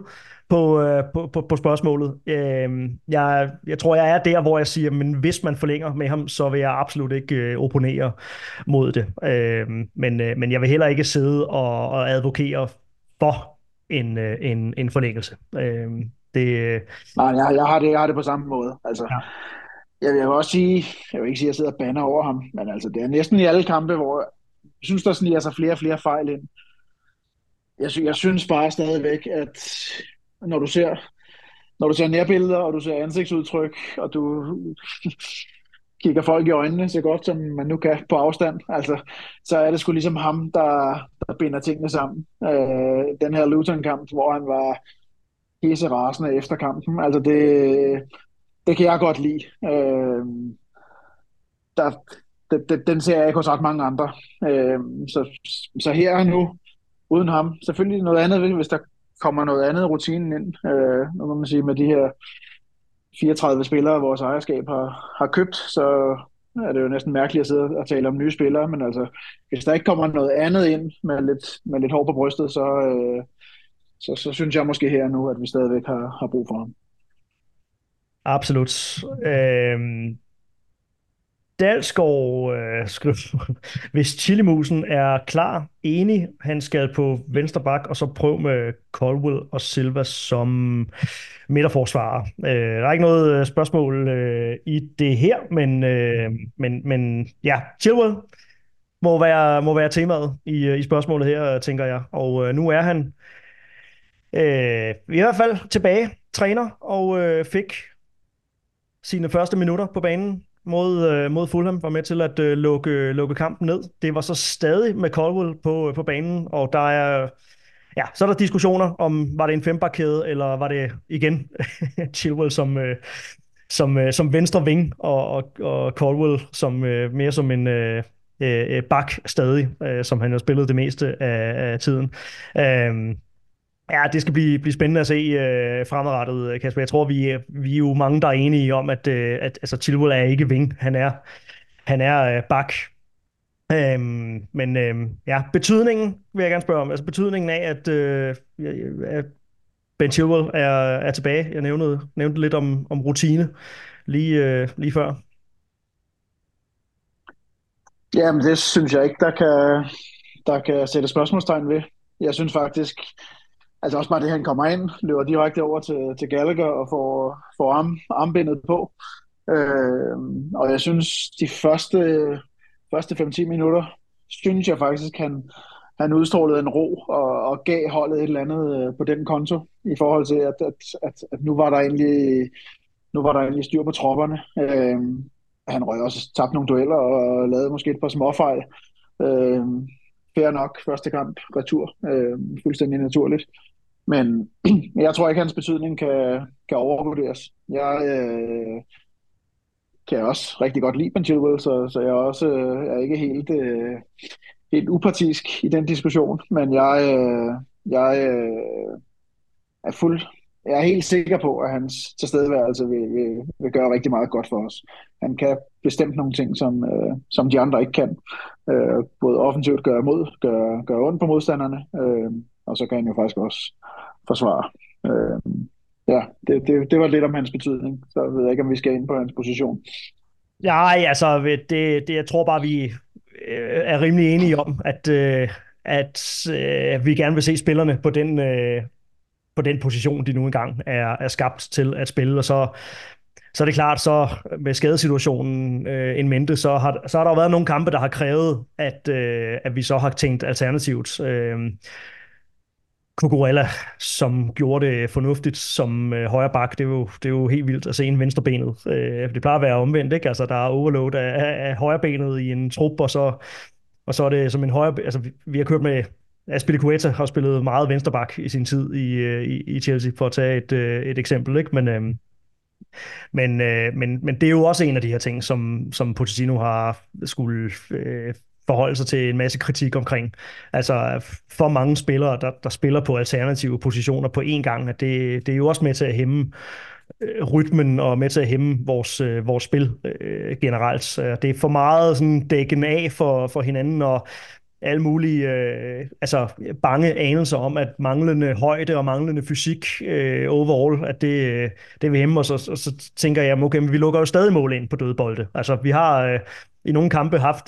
på spørgsmålet. Jeg tror, jeg er der, hvor jeg siger, men hvis man forlænger med ham, så vil jeg absolut ikke opponere mod det. Men jeg vil heller ikke sidde og advokere for en forlængelse. Det, Nej, jeg har det på samme måde. Altså, ja, jeg vil også sige, jeg vil ikke sige, at jeg sidder og banner over ham, men altså, det er næsten i alle kampe, hvor jeg synes, der sniger sig flere og flere fejl ind. Jeg synes bare stadigvæk, at når du ser, når du ser nærbilleder, og du ser ansigtsudtryk, og du kigger folk i øjnene så godt, som man nu kan på afstand, altså, så er det sgu ligesom ham, der binder tingene sammen. Den her Luton-kamp, hvor han var pisse rasende efter kampen, altså det kan jeg godt lide. Der, den ser jeg ikke hos ret mange andre. Så her er nu, uden ham, selvfølgelig noget andet, hvis der kommer noget andet rutinen ind. Nu kan man sige, med de her 34 spillere, vores ejerskab har købt, så er det jo næsten mærkeligt at sidde og tale om nye spillere, men altså, hvis der ikke kommer noget andet ind med lidt hår på brystet, så synes jeg måske her nu, at vi stadigvæk har brug for ham. absolut. Dalsgaard skriver, hvis Chilimusen er klar, enig, han skal på venstre bak, og så prøv med Colwill og Silva som midterforsvarer. Der er ikke noget spørgsmål i det her, men ja, Chilwell må være temaet i spørgsmålet her, tænker jeg. Og nu er han i hvert fald tilbage, træner, og fik sine første minutter på banen mod Fulham, var med til at lukke kampen ned. Det var så stadig med Colwill på banen, og der er, ja, så er der diskussioner om, var det en fembakkæde, eller var det igen Chilwell som venstre wing, og Colwill som mere som en bak stadig, som han har spillet det meste af tiden. Ja, det skal blive spændende at se fremadrettet, Kasper. Jeg tror, vi er jo mange, der er enige om, at altså, Chilwell er ikke wing. Han er bak. Men ja, betydningen vil jeg gerne spørge om. Altså betydningen af, at Ben Chilwell er tilbage. Jeg nævnte lidt om rutine lige før. Jamen, det synes jeg ikke, der kan sætte spørgsmålstegn ved. Jeg synes faktisk, altså også bare det, han kommer ind, løber direkte over til Gallagher og får armbindet på. Og jeg synes, de første 5-10 minutter, synes jeg faktisk, han udstrålede en ro og gav holdet et eller andet på den konto, i forhold til, at nu var der egentlig styr på tropperne. Han røg også tabt nogle dueller og lavede måske et par småfejl. Fair nok, første kamp, retur, fuldstændig naturligt. Men jeg tror ikke, hans betydning kan overvurderes. Jeg kan også rigtig godt lide Ben Chilwell, så jeg også er ikke helt upartisk i den diskussion. Men jeg er helt sikker på, at hans tilstedeværelse vil gøre rigtig meget godt for os. Han kan bestemt nogle ting, som de andre ikke kan. Både offensivt gøre ondt på modstanderne, og så kan han jo faktisk også forsvare. Ja, det var lidt om hans betydning. Så ved jeg ikke, om vi skal ind på hans position. Nej, altså, jeg tror bare, vi er rimelig enige om, at vi gerne vil se spillerne på den position, de nu engang er skabt til at spille, og så er det klart, så med skadesituationen en mente, så har der jo været nogle kampe, der har krævet, at vi så har tænkt alternativt. Cucurella, som gjorde det fornuftigt som højre bak, det er jo helt vildt at se en venstrebenet. Det plejer at være omvendt, ikke? Altså, der er overload af højrebenet i en trup, og så er det som en højre... Altså, vi har kørt med... Azpilicueta har spillet meget venstreback i sin tid i Chelsea, for at tage et eksempel, ikke? Men det er jo også en af de her ting, som Pochettino har skulle forholde sig til en masse kritik omkring. Altså for mange spillere, der spiller på alternative positioner på én gang, at det er jo også med til at hæmme rytmen og med til at hæmme vores spil generelt. Det er for meget sådan dækken af for hinanden, og alle mulige bange anelser om, at manglende højde og manglende fysik overall, at det vil hæmme os, og så tænker jeg, okay, men vi lukker jo stadig mål ind på dødbolde. Altså, vi har i nogle kampe haft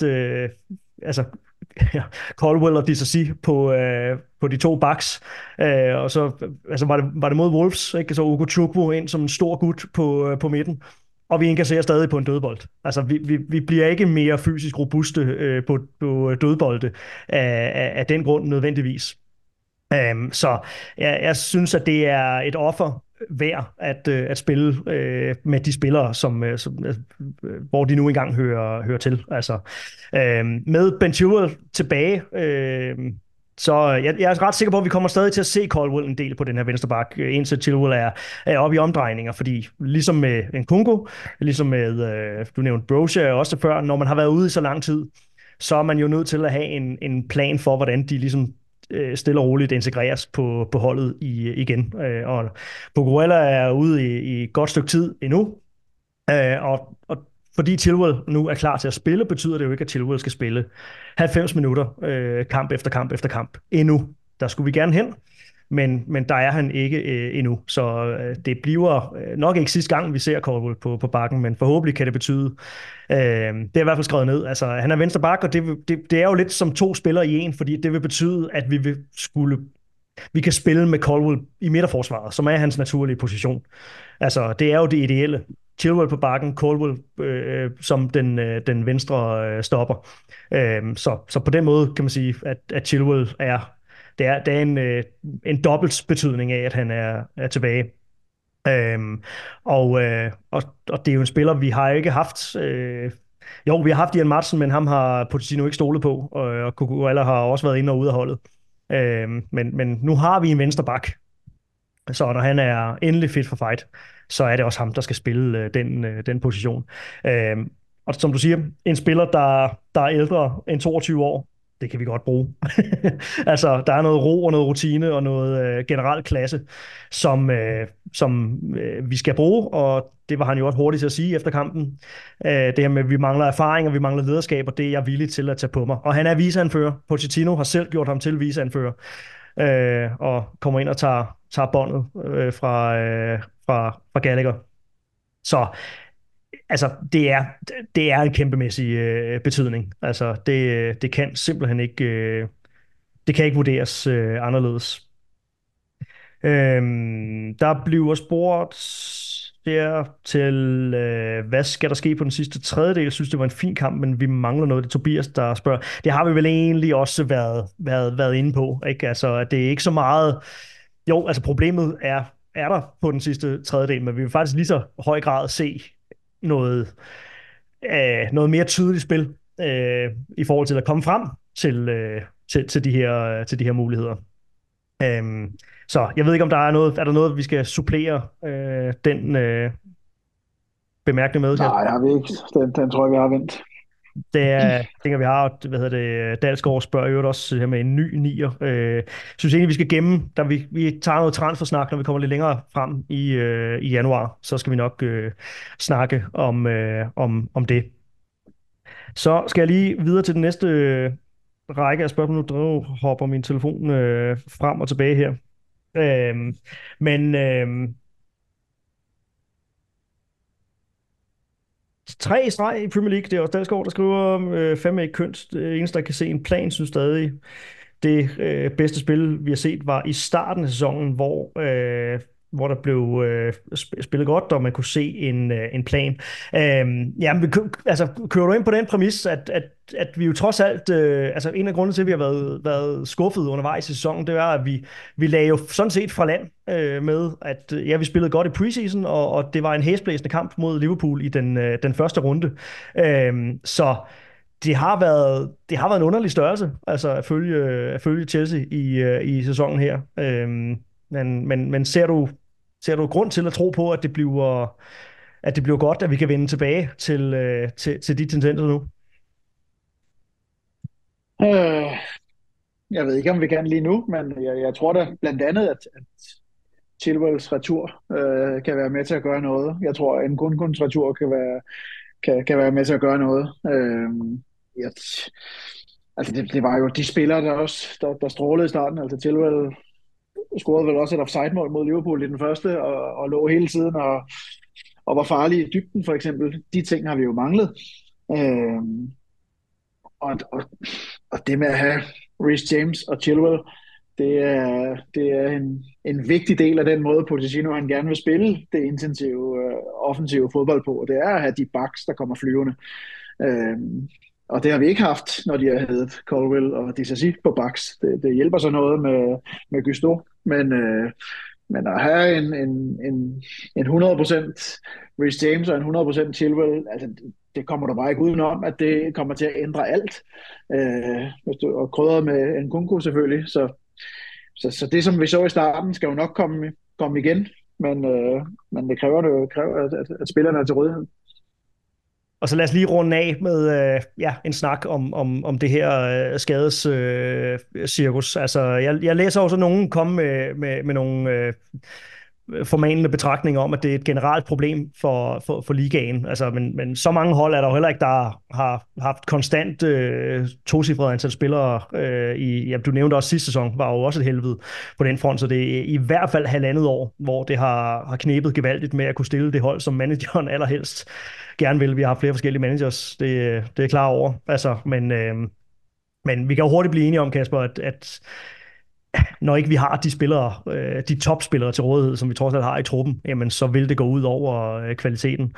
Caldwell og Disasi på de to backs, og så var det mod Wolves, ikke? Så Ugochukwu ind som en stor gut på midten, og vi indkasserer stadig på en dødbold. Altså, vi bliver ikke mere fysisk robuste på dødbolde af den grund nødvendigvis. Så jeg synes, at det er et offer værd at spille med de spillere, hvor de nu engang hører til. Altså, med Ben Chilwell tilbage, så jeg er ret sikker på, at vi kommer stadig til at se Caldwell en del på den her venstre bak, indtil Chilwell er oppe i omdrejninger, fordi ligesom med Nkunku, ligesom med, du nævnte Broja også før, når man har været ude i så lang tid, så er man jo nødt til at have en plan for, hvordan de ligesom stille og roligt integreres på holdet igen. Og Cucurella er ude i et godt stykke tid endnu, og fordi Chilwell nu er klar til at spille, betyder det jo ikke, at Chilwell skal spille 90 minutter kamp efter kamp efter kamp endnu. Der skulle vi gerne hen, men der er han ikke endnu. Så det bliver nok ikke sidste gang, vi ser Caldwell på bakken, men forhåbentlig kan det betyde, det er i hvert fald skrevet ned. Altså, han er venstre bak, og det er jo lidt som to spillere i en, fordi det vil betyde, at vi kan spille med Caldwell i midterforsvaret, som er hans naturlige position. Altså, det er jo det ideelle. Chilwell på bakken, Caldwell som den venstre stopper. Så på den måde kan man sige, at Chilwell det er en dobbelt betydning af, at han er tilbage. Og det er jo en spiller, vi har ikke haft. Jo, vi har haft Ian Maatsen, men ham har Pochettino ikke stolet på, og Cucurella har også været inde og ude af holdet. Men nu har vi en venstre bak, så når han er endelig fit for fight, så er det også ham, der skal spille den position. Og som du siger, en spiller, der er ældre end 22 år, det kan vi godt bruge. Altså, der er noget ro og noget rutine og noget generel klasse, som vi skal bruge, og det var han jo også hurtigt til at sige efter kampen. Det her med, at vi mangler erfaring, og vi mangler lederskab, og det er jeg villig til at tage på mig. Og han er viceanfører. Pochettino har selv gjort ham til viceanfører, og kommer ind og tager båndet fra Gallagher. Så altså, det er en kæmpemæssig betydning. Altså, det kan simpelthen ikke, det kan ikke vurderes anderledes. Der bliver spurgt der til, hvad skal der ske på den sidste tredjedel? Jeg synes, det var en fin kamp, men vi mangler noget. Det er Tobias, der spørger. Det har vi vel egentlig også været inde på, ikke? Altså, det er ikke så meget. Jo, altså problemet er der på den sidste tredjedel, men vi vil faktisk lige så høj grad se noget mere tydeligt spil i forhold til at komme frem til de her muligheder. Så jeg ved ikke, om der er der noget, vi skal supplere den bemærkning med? Nej, det har vi ikke. Den tror jeg, vi har vendt. Det tænker vi har, Dalsgaard spørger jo også her med en ny nier. Synes egentlig, vi skal gemme, da vi tager noget transfersnak, når vi kommer lidt længere frem i januar, så skal vi nok snakke om det. Så skal jeg lige videre til den næste række af spørgsmål. Nu hopper min telefon frem og tilbage her. Men 3 i streg i Premier League, det er også Dalsgaard, der skriver, fandme ikke kønt. Det eneste, der kan se en plan, synes stadig, det bedste spil, vi har set, var i starten af sæsonen, hvor der blev spillet godt, og man kunne se en plan. Jamen, kører du ind på den præmis, at vi jo trods alt, altså en af grundene til, at vi har været skuffet undervejs i sæsonen, det var, at vi lagde jo sådan set fra land med, at vi spillede godt i preseason, og det var en hæsblæsende kamp mod Liverpool i den første runde. Så det har været en underlig størrelse, altså at følge Chelsea i sæsonen her. Men ser du grund til at tro på, at det bliver godt, at vi kan vende tilbage til de tendenser nu? Jeg ved ikke, om vi kan lige nu, men jeg tror da blandt andet, at Chilwells retur kan være med til at gøre noget. Jeg tror, at Nkunkus retur kan være med til at gøre noget. Altså det var jo de spillere, der strålede i starten. Altså Chilwell scorede vel også et offside-mål mod Liverpool i den første, og lå hele tiden og var farlig i dybden, for eksempel. De ting har vi jo manglet. Øh, og, og, og det med at have Reece James og Chilwell, det er en vigtig del af den måde, Pochettino han gerne vil spille det intensive, offensive fodbold på. Det er at have de backs, der kommer flyvende. Og det har vi ikke haft, når de har heddet Colwill og Disasi på backs. Det hjælper så noget med Gusto, men at have en 100% Reece James og en 100% Chilwell, altså det kommer du bare ikke udenom, at det kommer til at ændre alt. Og krydret med Nkunku selvfølgelig, så det, som vi så i starten, skal jo nok komme igen, men det kræver at spillerne er til rådighed. Og så lad os lige runde af med en snak om det her skadescirkus. Altså, jeg læser også nogen komme med nogle formanende betragtninger om, at det er et generelt problem for ligaen. Altså, men så mange hold er der jo heller ikke, der har haft konstant tocifret antal spillere. Du nævnte også sidste sæson, var jo også et helvede på den front, så det er i hvert fald 1,5 år, hvor det har knebet gevaldigt med at kunne stille det hold, som manageren allerhelst gerne vil. Vi har flere forskellige managers, det er jeg klar over. Altså, men vi kan jo hurtigt blive enige om, Kasper, at når ikke vi har de spillere, de topspillere til rådighed, som vi trods alt har i truppen, jamen så vil det gå ud over kvaliteten.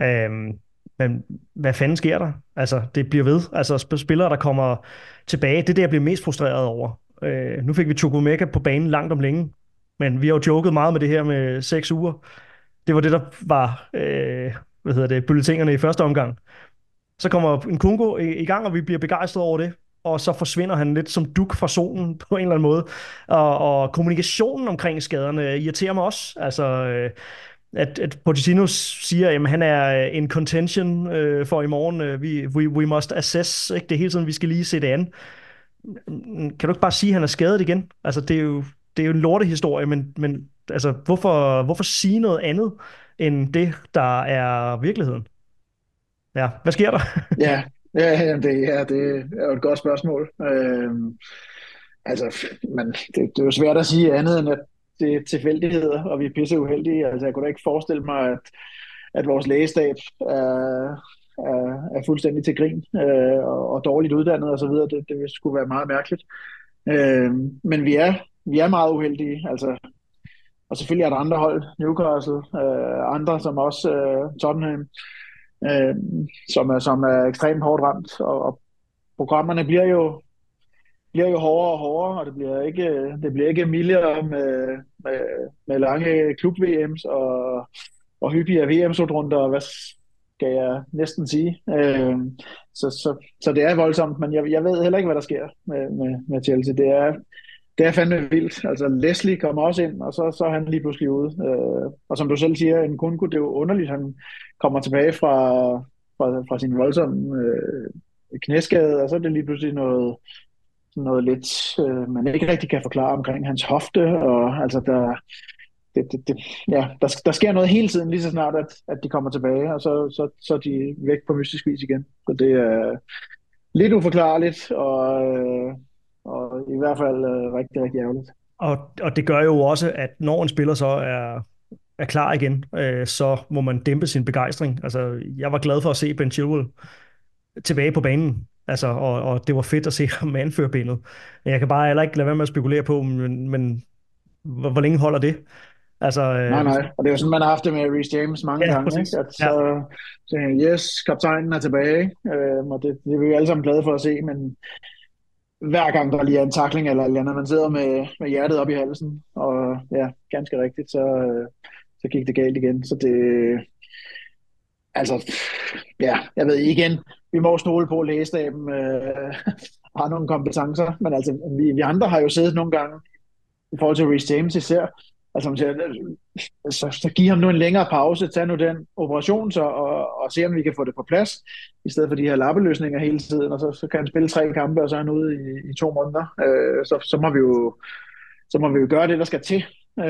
Men hvad fanden sker der? Altså, det bliver ved. Altså, spillere, der kommer tilbage, det er det, jeg bliver mest frustreret over. Nu fik vi Chukwuemeka på banen langt om længe, men vi har jo joket meget med det her med 6 uger. Det var det, der var bulletingerne i første omgang. Så kommer Nkunku i gang, og vi bliver begejstrede over det. Og så forsvinder han lidt som dug fra solen på en eller anden måde. Og kommunikationen omkring skaderne irriterer mig også. Altså, at Pochettino siger, at han er in contention for i morgen. We must assess. Ikke? Det er hele tiden, vi skal lige se det an. Kan du ikke bare sige, at han er skadet igen? Altså, det er jo en lortehistorie, men altså, hvorfor sige noget andet end det, der er virkeligheden? Ja, hvad sker der? Ja, det er jo et godt spørgsmål. Men det er jo svært at sige andet end, at det er tilfældigheder, og vi er pisse uheldige. Altså, jeg kunne da ikke forestille mig, at vores lægestab er fuldstændig til grin og dårligt uddannet og så videre. Det skulle være meget mærkeligt. Men vi er meget uheldige. Altså, og selvfølgelig er der andre hold, Newcastle, andre som også Tottenham, som er ekstremt hårdt ramt, og programmerne bliver jo hårdere og hårdere, og det bliver ikke mildere med lange klub-VM's og hyppigere VM-slutrunder, hvad skal jeg næsten sige. Så det er voldsomt, men jeg ved heller ikke, hvad der sker med Chelsea. Det er fandme vildt. Altså Leslie kommer også ind, og så er han lige pludselig ude. Og som du selv siger, Nkunku, det er jo underligt, han kommer tilbage fra sin voldsomme knæskade, og så er det lige pludselig noget lidt, man ikke rigtig kan forklare omkring hans hofte, og altså der sker noget hele tiden, lige så snart, at de kommer tilbage, og så er de væk på mystisk vis igen. Så det er lidt uforklarligt, og i hvert fald rigtig, rigtig ærgerligt. Og det gør jo også, at når en spiller så er klar igen, så må man dæmpe sin begejstring. Altså, jeg var glad for at se Ben Chilwell tilbage på banen, altså, og det var fedt at se ham anføre benet. Jeg kan bare heller ikke lade være med at spekulere på, men hvor længe holder det? Altså, nej, og det er jo sådan, man har haft det med Reece James mange gange, ikke? At så yes, kaptajnen er tilbage, og det er vi jo alle sammen glade for at se, men hver gang der lige er en tackling eller andet, man sidder med hjertet op i halsen, og ja, ganske rigtigt, så gik det galt igen. Så det, altså, ja, jeg ved igen, vi må stole på, at lægestaben har nogle kompetencer, men altså, vi andre har jo siddet nogle gange, i forhold til Reece James især, altså man siger, så giv ham nu en længere pause, tag nu den operation og se om vi kan få det på plads, i stedet for de her lappeløsninger hele tiden, og så kan han spille 3 kampe, og så er han ude i 2 måneder. Så må vi jo gøre det, der skal til.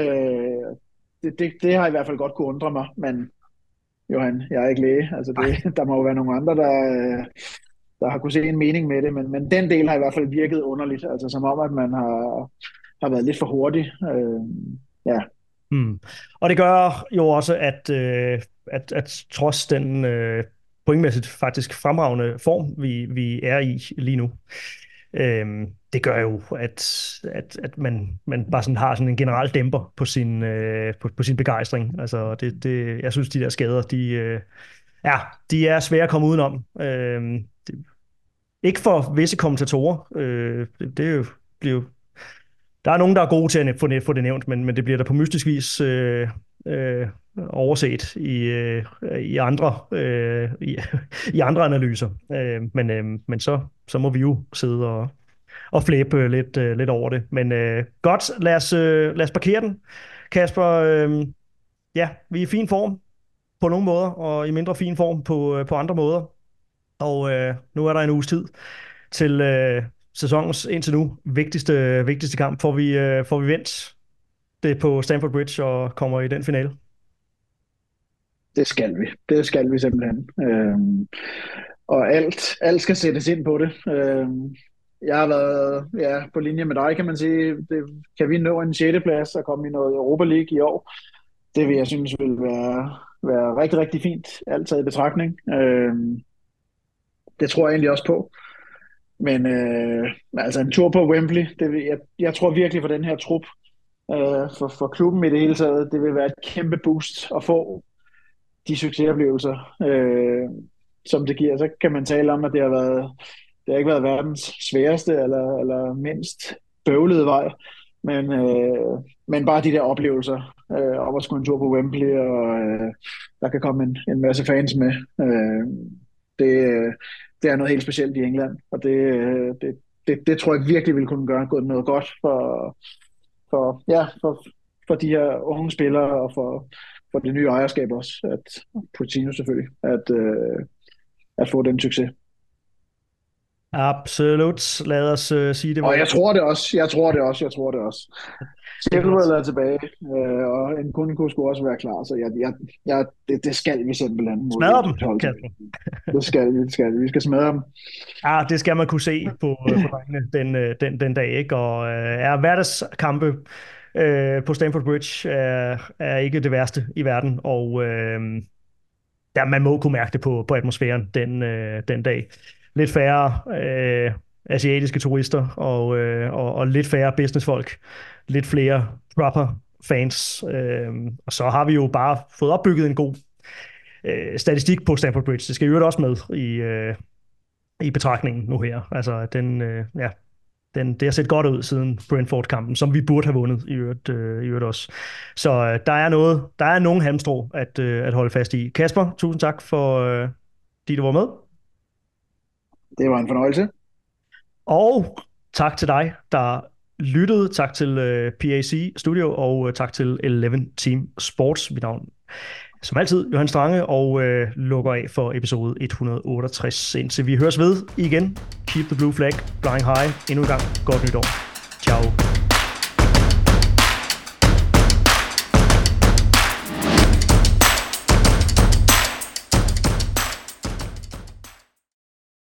Det har i hvert fald godt kunne undre mig, men Johan, jeg er ikke læge. Altså der må jo være nogle andre, der har kunne se en mening med det, men den del har i hvert fald virket underligt, altså som om, at man har været lidt for hurtig. Ja. Og det gør jo også, at trods den pointmæssigt faktisk fremragende form, vi er i lige nu, det gør jo, at man bare sådan har sådan en generel dæmper på sin begejstring. Altså jeg synes, de der skader, de er svære at komme udenom. Ikke for visse kommentatorer. Det er jo, bliver jo, der er nogen, der er gode til at få det nævnt, men det bliver der på mystisk vis overset i andre analyser. Men så må vi jo sidde og flæbe lidt over det. Men godt, lad os parkere den. Kasper, ja, vi er i fin form på nogle måder, og i mindre fin form på andre måder. Og nu er der en uges tid til sæsonens indtil nu vigtigste kamp. Får vi vendt det på Stamford Bridge og kommer i den finale? Det skal vi. Det skal vi simpelthen. Og alt skal sættes ind på det. Jeg har været på linje med dig, kan man sige. Kan vi nå en 6. plads og komme i noget Europa League i år? Det vil jeg synes vil være rigtig, rigtig fint. Alt taget i betragtning. Det tror jeg egentlig også på. Men altså en tur på Wembley, jeg tror virkelig for den her trup, for klubben i det hele taget, det vil være et kæmpe boost at få de succesoplevelser, som det giver. Så kan man tale om, at det har ikke været verdens sværeste eller mindst bøvlede vej, men bare de der oplevelser om at skulle en tur på Wembley, og der kan komme en masse fans med. Det er noget helt specielt i England, og det tror jeg virkelig vil kunne gøre noget godt for de her unge spillere og for det nye ejerskab også, at Pochettino selvfølgelig, at få den succes. Absolut. Lad os sige det. Og jeg tror det også. Chilwell er tilbage, og en Nkunku skulle også være klar, så det skal vi simpelthen. Smadre dem, Kasper. Det skal vi. Vi skal smadre dem. Ja, det skal man kunne se på drengene den dag, ikke? Og hverdagskampe på Stamford Bridge er ikke det værste i verden, og man må kunne mærke det på atmosfæren den dag. Lidt færre asiatiske turister og lidt færre businessfolk, lidt flere proper fans. Og så har vi jo bare fået opbygget en god statistik på Stamford Bridge. Det skal jo også med i betragtningen nu her. Altså, det har set godt ud siden Brentford-kampen, som vi burde have vundet i øvrigt også. Så der er nogen halmstrå at holde fast i. Kasper, tusind tak for du var med. Det var en fornøjelse. Og tak til dig, der lyttede. Tak til PAC Studio, og tak til 11 Team Sports. Mit navn som altid Johan Strange, og lukker af for episode 168. Indtil vi høres ved igen. Keep the blue flag flying high. Endnu en gang. Godt nytår. Ciao.